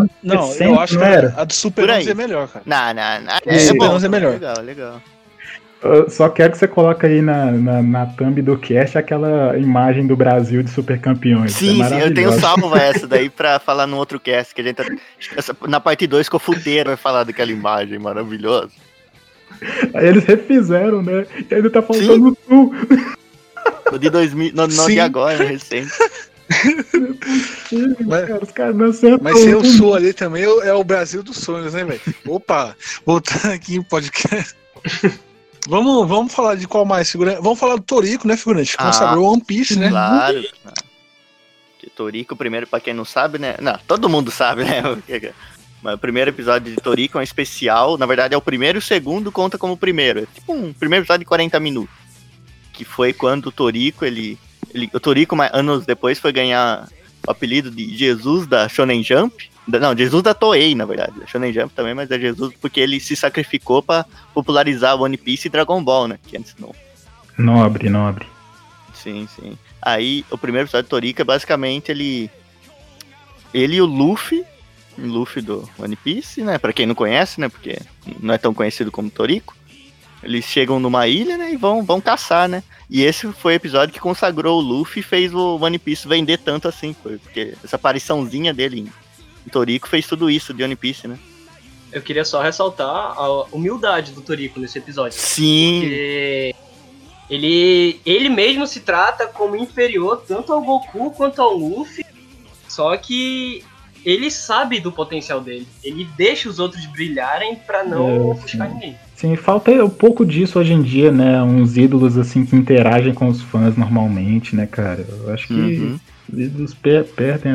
Eu acho que a do Super 11 é melhor, cara. Não. Super 11 é melhor. Legal. Eu só quero que você coloque aí na thumb do cast aquela imagem do Brasil de super campeões. Sim, sim, eu tenho salvo essa daí pra falar no outro cast, que a gente na parte 2 ficou fudeiro, vai falar daquela imagem maravilhosa. Aí eles refizeram, né? E ainda tá faltando o Sul. O de 2000, não de agora, recente. Mas ser o Sul ali também é o Brasil dos sonhos, né, velho? Opa, voltando aqui em podcast. Vamos falar de qual mais, figurante? Vamos falar do Toriko, né, figurante? Consagrou One Piece, né? Claro. Que Toriko, primeiro, pra quem não sabe, né? Não, todo mundo sabe, né? Mas o primeiro episódio de Toriko é um especial. Na verdade, é o primeiro e o segundo conta como o primeiro. É tipo um primeiro episódio de 40 minutos. Que foi quando o Toriko, o Toriko, anos depois, foi ganhar o apelido de Jesus da Shonen Jump. Não, Jesus da Toei, na verdade. Shonen Jump também, mas é Jesus porque ele se sacrificou pra popularizar One Piece e Dragon Ball, né? Que antes não. Nobre. Sim. Aí, o primeiro episódio de Toriko é basicamente ele e o Luffy do One Piece, né? Pra quem não conhece, né? Porque não é tão conhecido como Toriko. Eles chegam numa ilha, né? E vão caçar, né? E esse foi o episódio que consagrou o Luffy e fez o One Piece vender tanto assim. Porque essa apariçãozinha dele em Toriko fez tudo isso de One Piece, né? Eu queria só ressaltar a humildade do Toriko nesse episódio. Sim! Porque ele mesmo se trata como inferior tanto ao Goku quanto ao Luffy. Só que ele sabe do potencial dele. Ele deixa os outros brilharem pra não ofuscar ninguém. Sim, falta um pouco disso hoje em dia, né? Uns ídolos assim que interagem com os fãs normalmente, né, cara? Eu acho que os ídolos perdem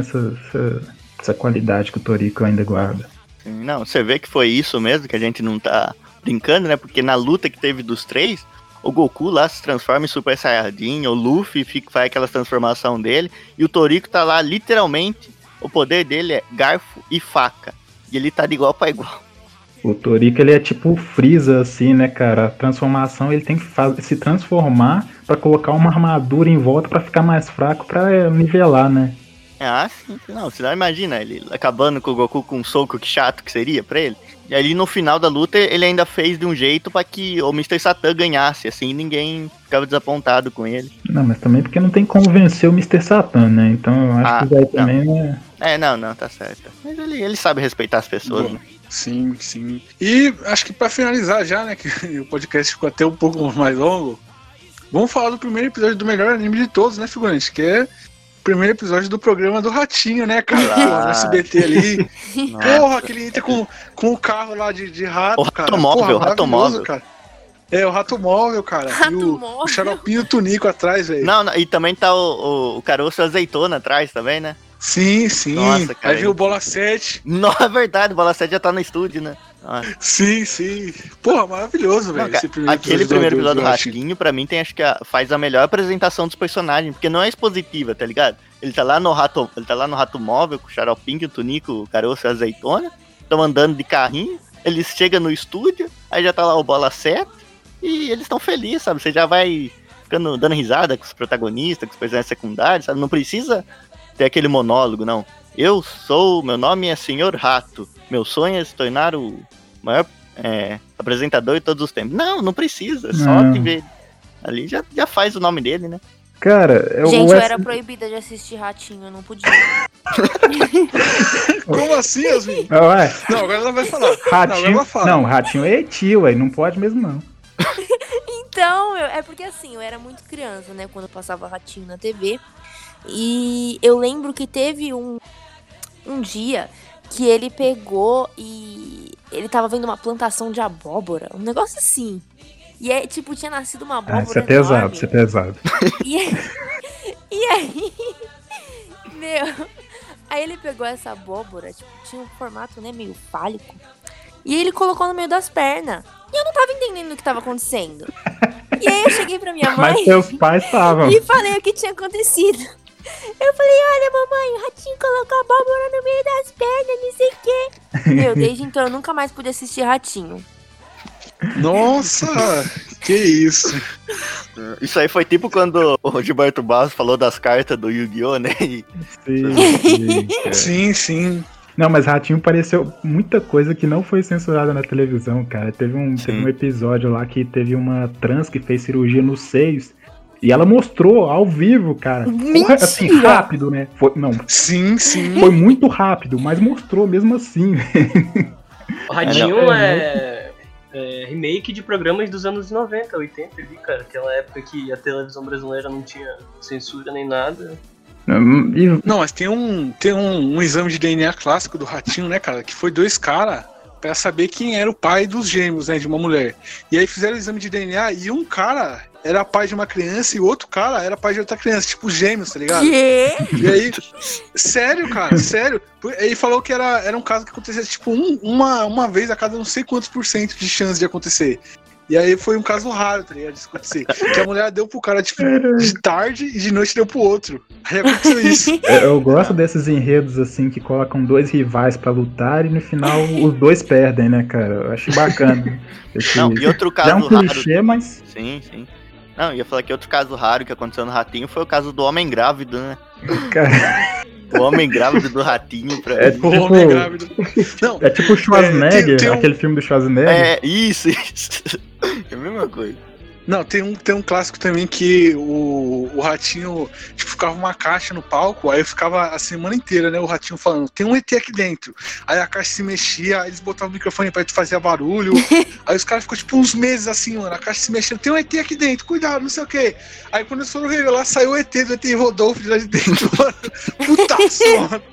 essa qualidade que o Toriko ainda guarda. Sim, não, você vê que foi isso mesmo, que a gente não tá brincando, né? Porque na luta que teve dos três, o Goku lá se transforma em Super Saiyajin, o Luffy faz aquela transformação dele, e o Toriko tá lá literalmente, o poder dele é garfo e faca. E ele tá de igual pra igual. O Toriko, ele é tipo o Freeza, assim, né, cara? A transformação, ele tem que se transformar pra colocar uma armadura em volta pra ficar mais fraco, pra nivelar, né? Ah, sim. Não, você não imagina ele acabando com o Goku com um soco, que chato que seria pra ele. E ali no final da luta, ele ainda fez de um jeito pra que o Mr. Satan ganhasse, assim, ninguém ficava desapontado com ele. Não, mas também porque não tem como vencer o Mr. Satan, né? Então eu acho que daí também não é... Não, tá certo. Mas ele sabe respeitar as pessoas, né? Sim. E acho que pra finalizar já, né, que o podcast ficou até um pouco mais longo, vamos falar do primeiro episódio do melhor anime de todos, né, figurante? Que é o primeiro episódio do programa do Ratinho, né, cara? Porra, no SBT ali. Porra, que ele entra com o carro lá de rato, o cara. O rato móvel. Cara. É, o rato móvel, cara. E o xaropinho Tunico atrás, velho. Não, e também tá o caroço azeitona atrás também, né? Sim. Nossa, cara. Aí viu o Bola 7. Não, é verdade, o Bola 7 já tá no estúdio, né? Nossa. Sim. Porra, maravilhoso, velho. Aquele primeiro episódio do Ratinho, pra mim, acho que faz a melhor apresentação dos personagens, porque não é expositiva, tá ligado? Ele tá lá no rato móvel, com o xaropinho, o Tunico, o caroço e a azeitona. Estão andando de carrinho. Eles chegam no estúdio, aí já tá lá o Bola 7. E eles estão felizes, sabe? Você já vai ficando dando risada com os protagonistas, com os personagens secundários, sabe? Não precisa ter aquele monólogo, não. Meu nome é Senhor Rato. Meu sonho é se tornar o maior apresentador de todos os tempos. Não precisa. Só te ver ali já faz o nome dele, né? Cara, eu era proibida de assistir Ratinho, eu não podia. Como assim, Yasmin? Ué. Não, agora ela vai falar. Não, Ratinho é tio, aí não pode mesmo, não. Então, é porque assim, eu era muito criança, né, quando eu passava Ratinho na TV. E eu lembro que teve um dia que ele pegou e ele tava vendo uma plantação de abóbora, um negócio assim. E aí, tipo, tinha nascido uma abóbora isso é pesado, isso é pesado. E aí, aí ele pegou essa abóbora, tipo, tinha um formato, né, meio fálico. E ele colocou no meio das pernas. E eu não tava entendendo o que tava acontecendo. E aí eu cheguei pra minha mãe... Mas seus pais estavam. E falei o que tinha acontecido. Eu falei, olha, mamãe, o Ratinho colocou a abóbora no meio das pernas, não sei o quê. Desde então eu nunca mais pude assistir Ratinho. Nossa, que isso. Isso aí foi tipo quando o Gilberto Barros falou das cartas do Yu-Gi-Oh, né? Sim. Não, mas Ratinho pareceu muita coisa que não foi censurada na televisão, cara. Teve um episódio lá que teve uma trans que fez cirurgia nos seios. E ela mostrou ao vivo, cara. Mentira! Assim, rápido, né? Sim. Foi muito rápido, mas mostrou mesmo assim. O Ratinho é remake de programas dos anos 90, 80 ali, cara. Aquela época que a televisão brasileira não tinha censura nem nada. Não, mas tem um exame de DNA clássico do Ratinho, né, cara? Que foi 2 caras pra saber quem era o pai dos gêmeos, né, de uma mulher. E aí fizeram o exame de DNA e um cara era pai de uma criança e o outro cara era pai de outra criança, tipo gêmeos, tá ligado? Quê? E aí, sério, cara, sério. Ele falou que era um caso que acontecia, tipo, uma vez a cada não sei quantos % de chance de acontecer. E aí foi um caso raro, tá ligado? De acontecer. Que a mulher deu pro cara, tipo, de tarde e de noite deu pro outro. Aí aconteceu isso. Eu gosto desses enredos, assim, que colocam 2 rivais pra lutar e no final os 2 perdem, né, cara? Eu acho bacana. Não, e outro caso é um clichê, raro... mas... Sim. Não, ia falar que outro caso raro que aconteceu no Ratinho foi o caso do homem grávido, né? Cara... O homem grávido do Ratinho, pra mim. O homem grávido. Não, é tipo o Schwarzenegger, aquele filme do Schwarzenegger. Isso. É a mesma coisa. Não, tem um clássico também que o Ratinho, tipo, ficava uma caixa no palco, aí eu ficava a semana inteira, né, o Ratinho falando, tem um ET aqui dentro. Aí a caixa se mexia, aí eles botavam o microfone pra fazer barulho. Aí os caras ficam tipo uns meses assim, mano, a caixa se mexendo, tem um ET aqui dentro, cuidado, não sei o quê. Aí quando eles foram revelar, saiu o ET do ET Rodolfo de lá de dentro, mano. Putaço, mano.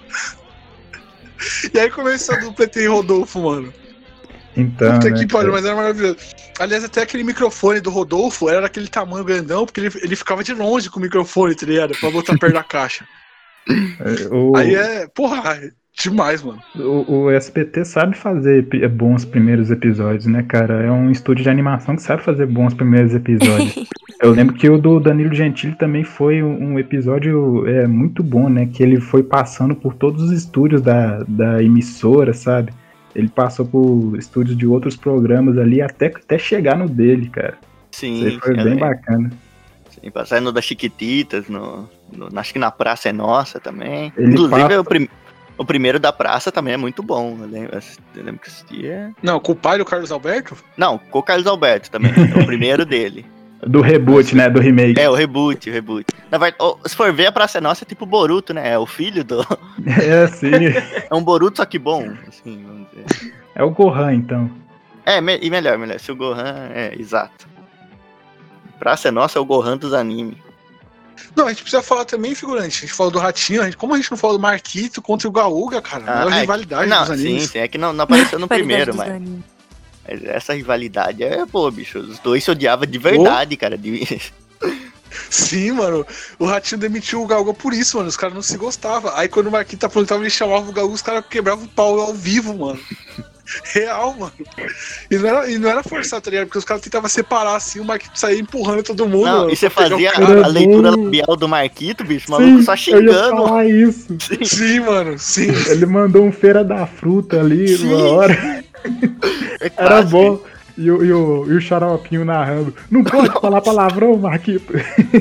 E aí começou a dupla ET Rodolfo, mano. Então, puta né, que pariu, mas era maravilhoso. Aliás, até aquele microfone do Rodolfo era daquele tamanho grandão, porque ele ficava de longe com o microfone, tá ligado? Pra botar perto da caixa. Aí demais, mano. O SBT sabe fazer bons primeiros episódios, né, cara? É um estúdio de animação que sabe fazer bons primeiros episódios. Eu lembro que o do Danilo Gentili também foi um episódio muito bom, né? Que ele foi passando por todos os estúdios da emissora, sabe? Ele passou por estúdios de outros programas ali até chegar no dele, cara. Sim. Isso foi bem bacana. Sim, passar no das Chiquititas, acho que na Praça é Nossa também. Inclusive, o primeiro da Praça também é muito bom. Eu lembro que assistia. Não, com o pai do Carlos Alberto? Não, com o Carlos Alberto também. É o primeiro dele. Do reboot, né? Do remake. É, o reboot. Na verdade, se for ver, a Praça é Nossa é tipo o Boruto, né? É o filho do... É, sim. É um Boruto, só que bom, assim, vamos dizer. É o Gohan, então. E melhor. Se o Gohan... exato. Praça é Nossa é o Gohan dos animes. Não, a gente precisa falar também, figurante. A gente falou do Ratinho, como a gente não falou do Marquito contra o Gaúga, cara? A rivalidade dos animes. Sim, é que não apareceu no primeiro, mas... Essa rivalidade bicho, os dois se odiavam de verdade, cara. Sim, mano, o Ratinho demitiu o Gaúga por isso, mano, os caras não se gostavam. Aí quando o Marquinhos aprontava, ele chamava o Gaúga, os caras quebravam o pau ao vivo, mano. Real, mano. E não era forçado, tá ligado? Porque os caras tentavam separar assim, o Marquito saía empurrando todo mundo. Não, mano, e você fazia a leitura labial do Marquito, bicho, o maluco só xingando. Eu ia falar isso. Sim, mano, sim. Ele mandou um Feira da Fruta ali, uma hora. Era bom. E o Xaropinho narrando. Não pode falar palavrão, Marquito.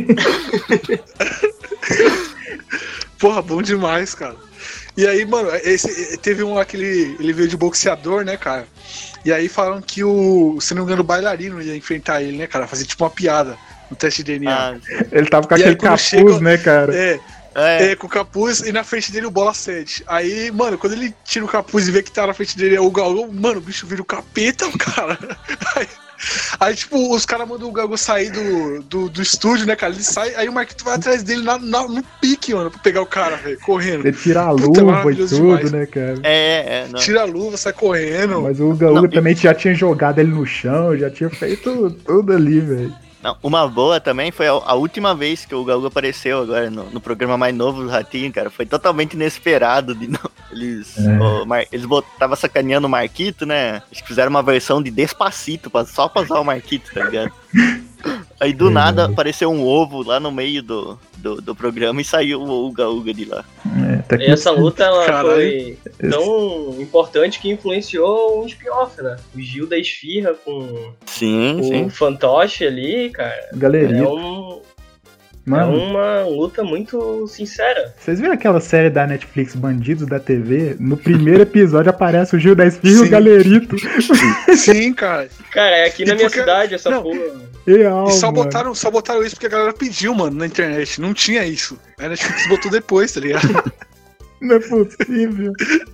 Porra, bom demais, cara. E aí, mano, teve um lá que ele veio de boxeador, né, cara? E aí falaram que se não me engano, o bailarino ia enfrentar ele, né, cara? Fazer tipo uma piada no teste de DNA. Ele tava com aquele capuz, né, cara? Com o capuz e na frente dele o Bola 7. Aí, mano, quando ele tira o capuz e vê que tá na frente dele o Gaúga, mano, o bicho vira o capeta, cara. Aí tipo, os caras mandam o Gaúga sair do estúdio, né, cara? Ele sai, aí o Marquito vai atrás dele no pique, mano, pra pegar o cara, velho, correndo. Ele tira a luva e tudo, demais, né, cara? Não. Tira a luva, sai correndo. Mas o Gaúga também já tinha jogado ele no chão, já tinha feito tudo ali, velho. Não, uma boa também foi a última vez que o Gaúga apareceu agora no programa mais novo do Ratinho, cara. Foi totalmente inesperado. Eles tava sacaneando o Marquito, né? Acho que fizeram uma versão de Despacito só pra usar o Marquito, tá ligado? Aí do nada apareceu um ovo lá no meio do programa e saiu o Gaúga de lá. E essa luta ela foi tão importante que influenciou um spin-off, né? O Gil da Esfirra com o Fantoche ali, cara. Galeria. Mano, é uma luta muito sincera. Vocês viram aquela série da Netflix, Bandidos da TV? No primeiro episódio aparece o Gil da Esfirra e o Galerito. Sim, cara. Cara, é aqui na minha cidade essa porra. E só botaram isso porque a galera pediu, mano, na internet. Não tinha isso. A Netflix botou depois, tá ligado? Não é possível.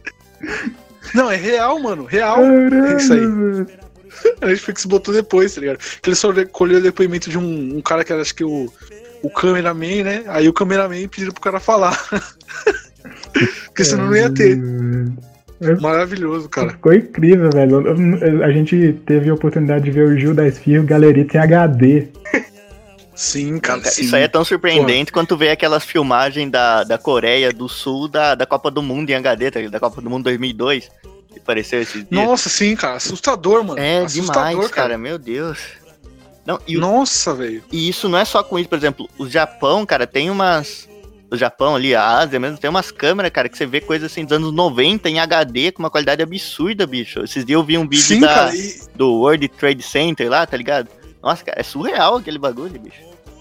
Não, é real, mano. Real. Caramba. É isso aí. A Netflix botou depois, tá ligado? Que ele só recolheu o depoimento de um cara que era, acho que o cameraman, né? Aí o cameraman pediu pro cara falar. Porque senão não ia ter. Maravilhoso, cara. Ficou incrível, velho. A gente teve a oportunidade de ver o Gil da Esfirra e o Galerito em HD. Sim, cara. Isso aí é tão surpreendente quando tu vê aquelas filmagens da Coreia do Sul da Copa do Mundo em HD, tá? Da Copa do Mundo 2002. Que apareceu esses dias. Nossa, sim, cara. Assustador, mano. É assustador, demais, cara. Meu Deus. Não, Nossa, velho. E isso não é só com isso, por exemplo, o Japão, cara, tem umas... O Japão ali, a Ásia mesmo, tem umas câmeras, cara, que você vê coisas assim dos anos 90 em HD com uma qualidade absurda, bicho. Esses dias eu vi um vídeo sim, do World Trade Center lá, tá ligado? Nossa, cara, é surreal aquele bagulho, bicho.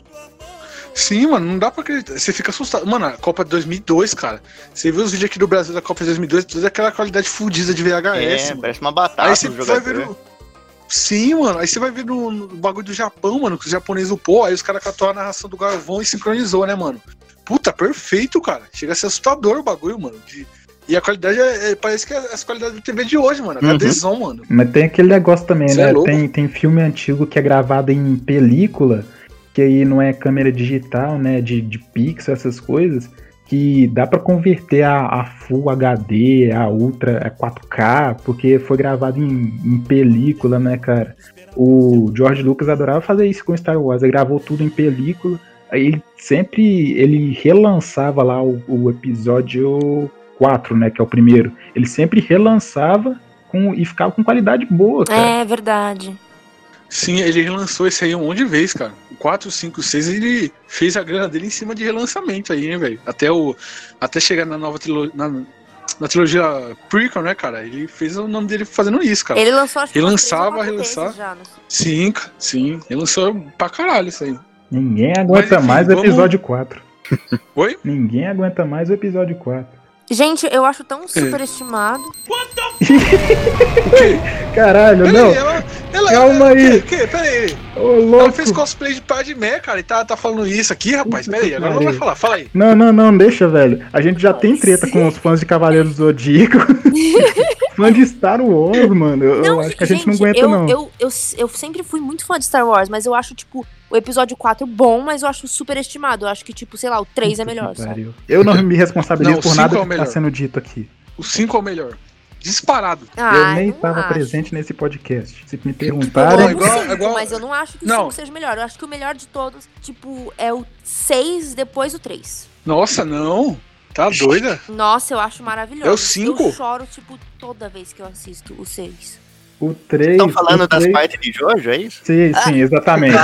Sim, mano, não dá pra acreditar. Você fica assustado. Mano, a Copa de 2002, cara. Você viu os vídeos aqui do Brasil da Copa de 2002, toda aquela qualidade fudida de VHS. Mano. Parece uma batata. Aí você vai ver Sim, mano. Aí você vai ver no bagulho do Japão, mano, que os japoneses upou, aí os caras catou a narração do Galvão e sincronizou, né, mano? Puta, perfeito, cara. Chega a ser assustador o bagulho, mano. E a qualidade parece que é as qualidades da TV de hoje, mano. HDzão, mano. Mas tem aquele negócio também, Cê né? É tem filme antigo que é gravado em película, que aí não é câmera digital, né? De pixel, essas coisas, que dá pra converter a Full HD, a Ultra, a 4K, porque foi gravado em película, né, cara? O George Lucas adorava fazer isso com Star Wars. Ele gravou tudo em película. Aí ele relançava lá o episódio 4, né, que é o primeiro. Ele sempre relançava e ficava com qualidade boa, cara. É verdade. Sim, ele relançou esse aí um monte de vezes, cara. O 4, 5, 6, ele fez a grana dele em cima de relançamento aí, né, velho? Até chegar na nova trilogia, na trilogia prequel, né, cara? Ele fez o nome dele fazendo isso, cara. Ele lançou, acho que relançava. já, né? Sim, sim. Relançou pra caralho isso aí. Ninguém aguenta mais o episódio 4. Oi? Ninguém aguenta mais o episódio 4. Gente, eu acho tão superestimado. Caralho, não. Calma aí. Peraí. Ô, louco. Ela fez cosplay de Padmé, cara, e tá falando isso aqui, rapaz. Peraí, agora não vai falar. Fala aí. Não, deixa, velho. A gente já tem treta com os fãs de Cavaleiros do Zodíaco. Fã de Star Wars, mano. Eu acho que a gente não aguenta, não. Eu sempre fui muito fã de Star Wars, mas eu acho, tipo, o episódio 4 bom, mas eu acho superestimado. Eu acho que, tipo, sei lá, o 3 é melhor, sabe? Eu não me responsabilizo por nada que tá sendo dito aqui. O 5 é o melhor. Disparado. Eu nem tava presente nesse podcast. Se me perguntarem... Igual... Mas eu não acho que o 5 seja o melhor. Eu acho que o melhor de todos, tipo, é o 6, depois o 3. Nossa, não. Tá doida? Nossa, eu acho maravilhoso. É o 5? Eu choro, tipo, toda vez que eu assisto o 6. O 3... Estão falando das partes de Jojo, é isso? Sim, exatamente.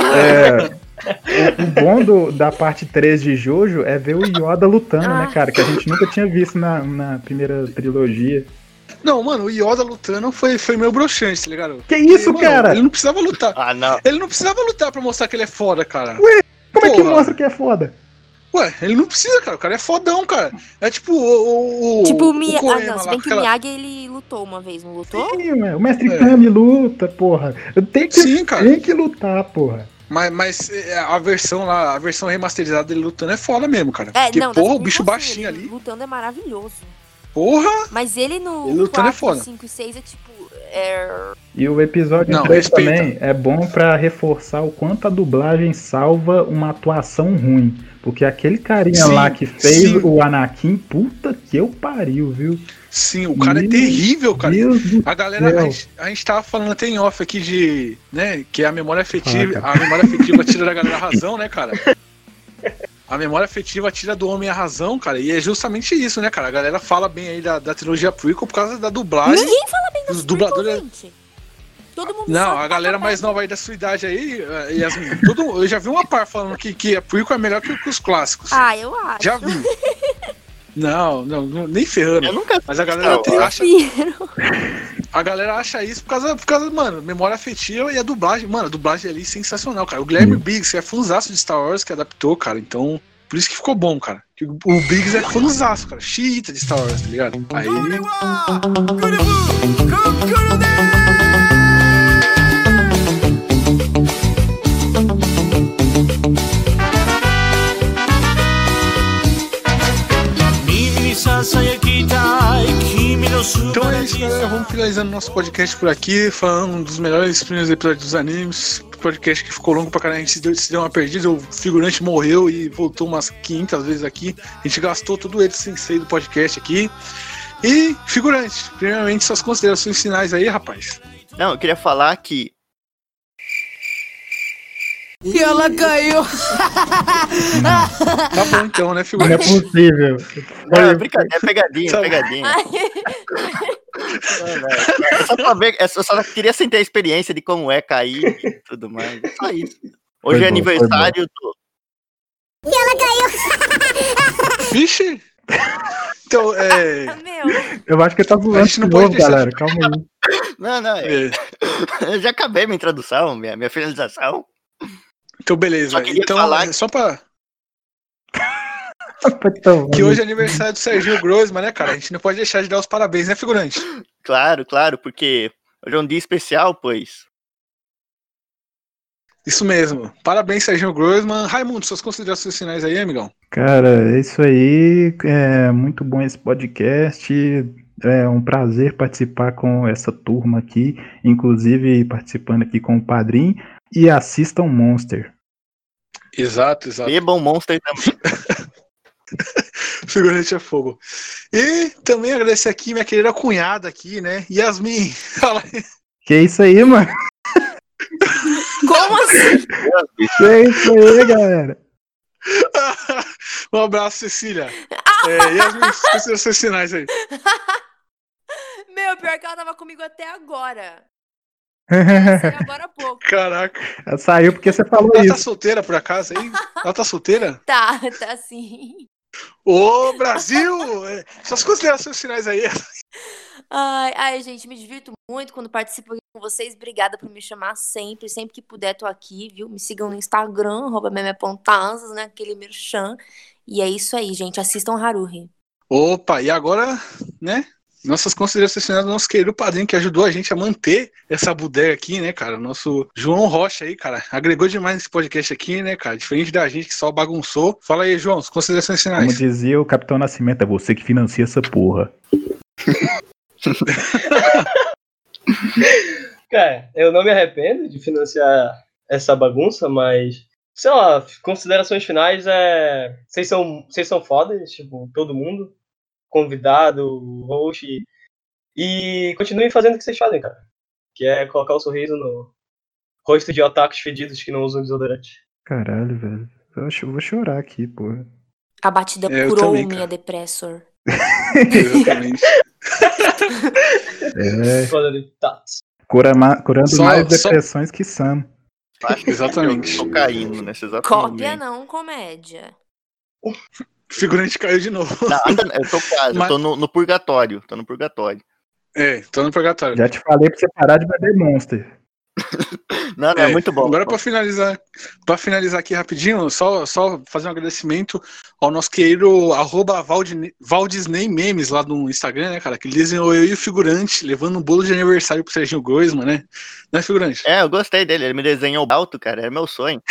O bom da parte 3 de Jojo é ver o Yoda lutando, né, cara? Que a gente nunca tinha visto na primeira trilogia. Não, mano, o Yoda lutando foi meio broxante, tá ligado? Que isso, cara? Ele não precisava lutar. Não. Ele não precisava lutar pra mostrar que ele é foda, cara. Ué, como é que mostra que é foda? Ué, ele não precisa, cara. O cara é fodão, cara. É tipo o Miyagi. Se bem que o Miyagi, ele lutou uma vez, não lutou? Sim, o Mestre Kami luta, porra. Tem que lutar, porra. Mas a versão remasterizada dele lutando é foda mesmo, cara. Porque, porra, o bicho baixinho ali. Lutando é maravilhoso. Porra! Mas ele no 4, 5 e 6 é tipo... E o episódio 3 também é bom pra reforçar o quanto a dublagem salva uma atuação ruim. Porque aquele carinha lá que fez o Anakin, puta que eu pariu, viu? Sim, o cara é terrível, cara. A galera, a gente tava falando até em off aqui de, né, que a memória afetiva, tira da galera a razão, né, cara? A memória afetiva tira do homem a razão, cara, e é justamente isso, né, cara? A galera fala bem aí da trilogia prequel por causa da dublagem. Ninguém fala bem dos dubladores. Gente. Todo mundo não, a galera mais nova aí da sua idade aí, Yasmin, eu já vi uma par falando que a prequel é melhor que os clássicos. Ah, eu acho. Já vi. Não, nem ferrando. Eu nunca mas a galera acha... A galera acha isso por causa, mano, memória afetiva e a dublagem. Mano, a dublagem ali é sensacional, cara. O Guilherme Briggs é fãzaço de Star Wars que adaptou, cara. Então, por isso que ficou bom, cara. O Briggs é fãzaço, cara. Xiita de Star Wars, tá ligado? Aí... Então é isso, galera. Vamos finalizando nosso podcast por aqui, falando um dos melhores primeiros episódios dos animes. Podcast que ficou longo pra caralho, a gente se deu uma perdida. O figurante morreu e voltou umas 500 vezes aqui. A gente gastou todo ele sensei do podcast aqui. E, figurante, primeiramente, suas considerações finais aí, rapaz. Não, eu queria falar que... E ela caiu! Tá bom então, né, figurante? Não é possível. Não, é brincadeira, é pegadinha. É só pra ver, eu só queria sentir a experiência de como é cair e tudo mais. Só isso. Hoje é aniversário do... E ela caiu! Vixe! Então, Eu acho que ele tá voando de novo, galera. Calma aí. Não. Eu já acabei minha introdução, minha finalização. Então, beleza. Então, falar... só pra... que hoje é aniversário do Serginho Groisman, né, cara? A gente não pode deixar de dar os parabéns, né, figurante? Claro, porque hoje é um dia especial, pois. Isso mesmo. Parabéns, Serginho Groisman. Raimundo, suas considerações finais aí, amigão? Cara, é isso aí. É muito bom esse podcast. É um prazer participar com essa turma aqui, inclusive participando aqui com o Padrinho. E assistam Monster. Exato. Bebam Monster também. Figurante é fogo. E também agradecer aqui minha querida cunhada aqui, né? Yasmin. Fala aí. Que isso aí, mano? Como assim? Que isso aí, galera? Um abraço, Cecília. Yasmin, considerações finais aí. Meu, pior que ela tava comigo até agora. Agora há pouco. Caraca. Ela saiu porque você falou ela isso. Ela tá solteira, por acaso, aí? Ela tá solteira? Tá sim. Ô, Brasil! Suas considerações finais aí. Ai, gente, me divirto muito quando participo aqui com vocês. Obrigada por me chamar sempre que puder tô aqui, viu? Me sigam no Instagram, @meme.tazos, né? Aquele merchan. E é isso aí, gente. Assistam Haruhi. Opa, e agora, né? Nossas considerações finais do nosso querido padrinho que ajudou a gente a manter essa bodega aqui, né, cara? Nosso João Rocha aí, cara, agregou demais nesse podcast aqui, né, cara? Diferente da gente que só bagunçou. Fala aí, João, as considerações finais. Como dizia o Capitão Nascimento, é você que financia essa porra. Cara, eu não me arrependo de financiar essa bagunça, mas... Sei lá, considerações finais vocês são fodas, tipo, todo mundo. Convidado, host, e continuem fazendo o que vocês fazem, cara. Que é colocar o sorriso no rosto de otakus fedidos que não usam desodorante. Caralho, velho. Eu vou chorar aqui, porra. A batida curou minha depressor. Exatamente. Curando mais depressões que Sam. Exatamente. Eu tô caindo nesse exato Cópia momento. não, comédia. Figurante caiu de novo. Não, eu tô quase, eu tô no purgatório. Tô no purgatório. Tô no purgatório. Já te falei pra você parar de beber Monster. Não, é muito bom. Agora, pra finalizar aqui rapidinho, só fazer um agradecimento ao nosso querido @ValdisneyMemes lá no Instagram, né, cara? Que ele desenhou eu e o figurante levando um bolo de aniversário pro Serginho Groisman, né? Né, figurante? Eu gostei dele. Ele me desenhou alto, cara. Era meu sonho.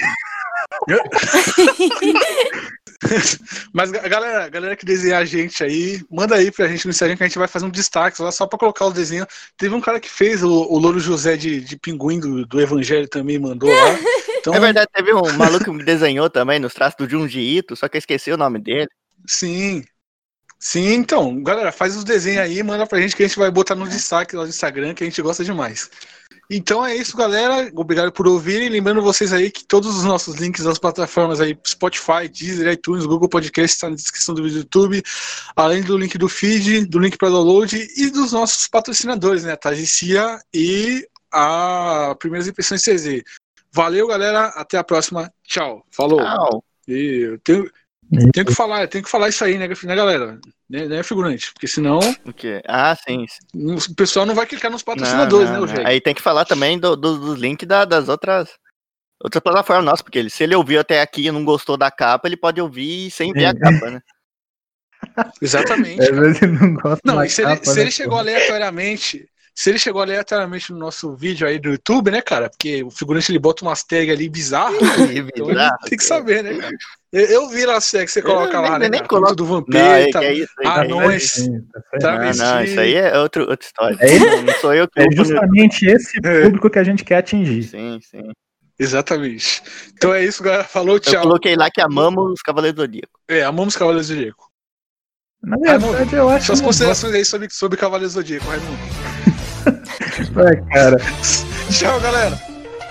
Mas galera que desenhar a gente aí, manda aí pra gente no Instagram que a gente vai fazer um destaque lá só pra colocar o desenho. Teve um cara que fez o Louro José de pinguim do Evangelho também, mandou lá. Então... É verdade, teve um maluco que me desenhou também nos traços do Junji Ito, só que eu esqueci o nome dele. Sim, então, galera, faz os desenhos aí, manda pra gente que a gente vai botar no destaque lá no Instagram, que a gente gosta demais. Então é isso, galera. Obrigado por ouvirem. Lembrando vocês aí que todos os nossos links das plataformas aí, Spotify, Deezer, iTunes, Google Podcast, está na descrição do vídeo do YouTube. Além do link do feed, do link para download e dos nossos patrocinadores, né? A Tajicia e a Primeiras Impressões CZ. Valeu, galera. Até a próxima. Tchau. Falou. Tchau. E Tem que falar isso aí, né, galera? Né, figurante? Porque senão. O quê? Ah, sim. O pessoal não vai clicar nos patrocinadores, né, o Jack? Aí tem que falar também dos links das outras plataformas nossas, porque se ele ouviu até aqui e não gostou da capa, ele pode ouvir sem ver a capa, né? Exatamente. Às vezes ele não gosta Não, da e se capa, ele chegou aleatoriamente. Se ele chegou aleatoriamente no nosso vídeo aí do YouTube, né, cara? Porque o figurante ele bota umas tags ali bizarras. Então ele tem que saber, né, cara? Eu vi lá as tags que você coloca lá, né? Nem coloca do Vampeta, anões. Não, isso aí é outra história. Não sou eu que é justamente esse público que a gente quer atingir. Sim. Exatamente. Então é isso, galera. Falou, tchau. Eu coloquei lá que amamos os Cavaleiros do Zodíaco. Amamos os Cavaleiros do Zodíaco. Na verdade, eu acho. Suas considerações aí sobre Cavaleiros do Zodíaco, Raimundo. Cara. Tchau, galera.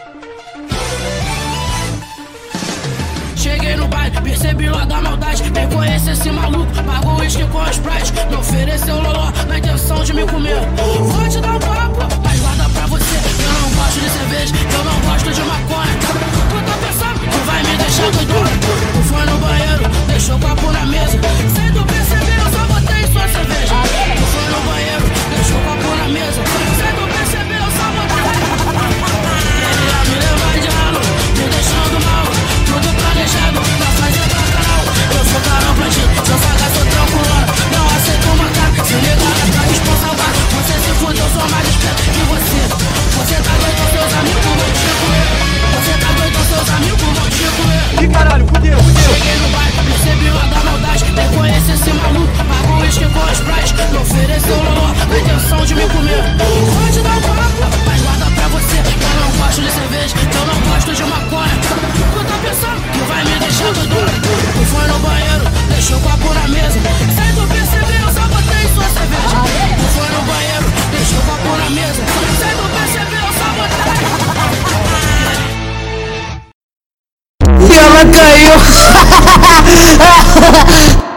Cheguei no baile, percebi lá da maldade. Nem conhece esse maluco, pagou o uísque com as Sprite. Me ofereceu loló na intenção de me comer. Vou te dar um papo, mas guarda pra você. Eu não gosto de cerveja, eu não gosto de maconha. Tu tá pensando que vai me deixar doidona? Tu foi no banheiro, deixou o copo na mesa. Sem tu perceber, eu só botei sua cerveja. Tu foi no banheiro, deixou o copo na mesa. Sem tu perceber, eu só botei. Ele ia me levar de ralo, me deixando mal. Tudo planejado pra fazer bacanal. Eu sou carão pra ti, se eu pagar sou tranquilona. Não aceito matar, se ligar pra responsável. Você se fudeu, eu sou mais esperto que você. Você tá doido, seus amigos vão te comer. Você tá doido, seus amigos vão te comer. Ih, caralho, fudeu. Cheguei no bairro, percebi lá da maldade. Nem conhece esse maluco, pagou o uísque com as Sprite. Me ofereceu loló na intenção de me comer. Vou te dar um papo, mas guarda pra você. Eu não gosto de cerveja, eu não gosto de maconha. Tu tá pensando que vai me deixar doidona? Tu foi no banheiro, deixou o copo na mesa. Sem tu perceber, eu só botei sua cerveja. Tu foi no banheiro, deixou o copo na mesa. Sem tu perceber, eu só botei. E ela caiu.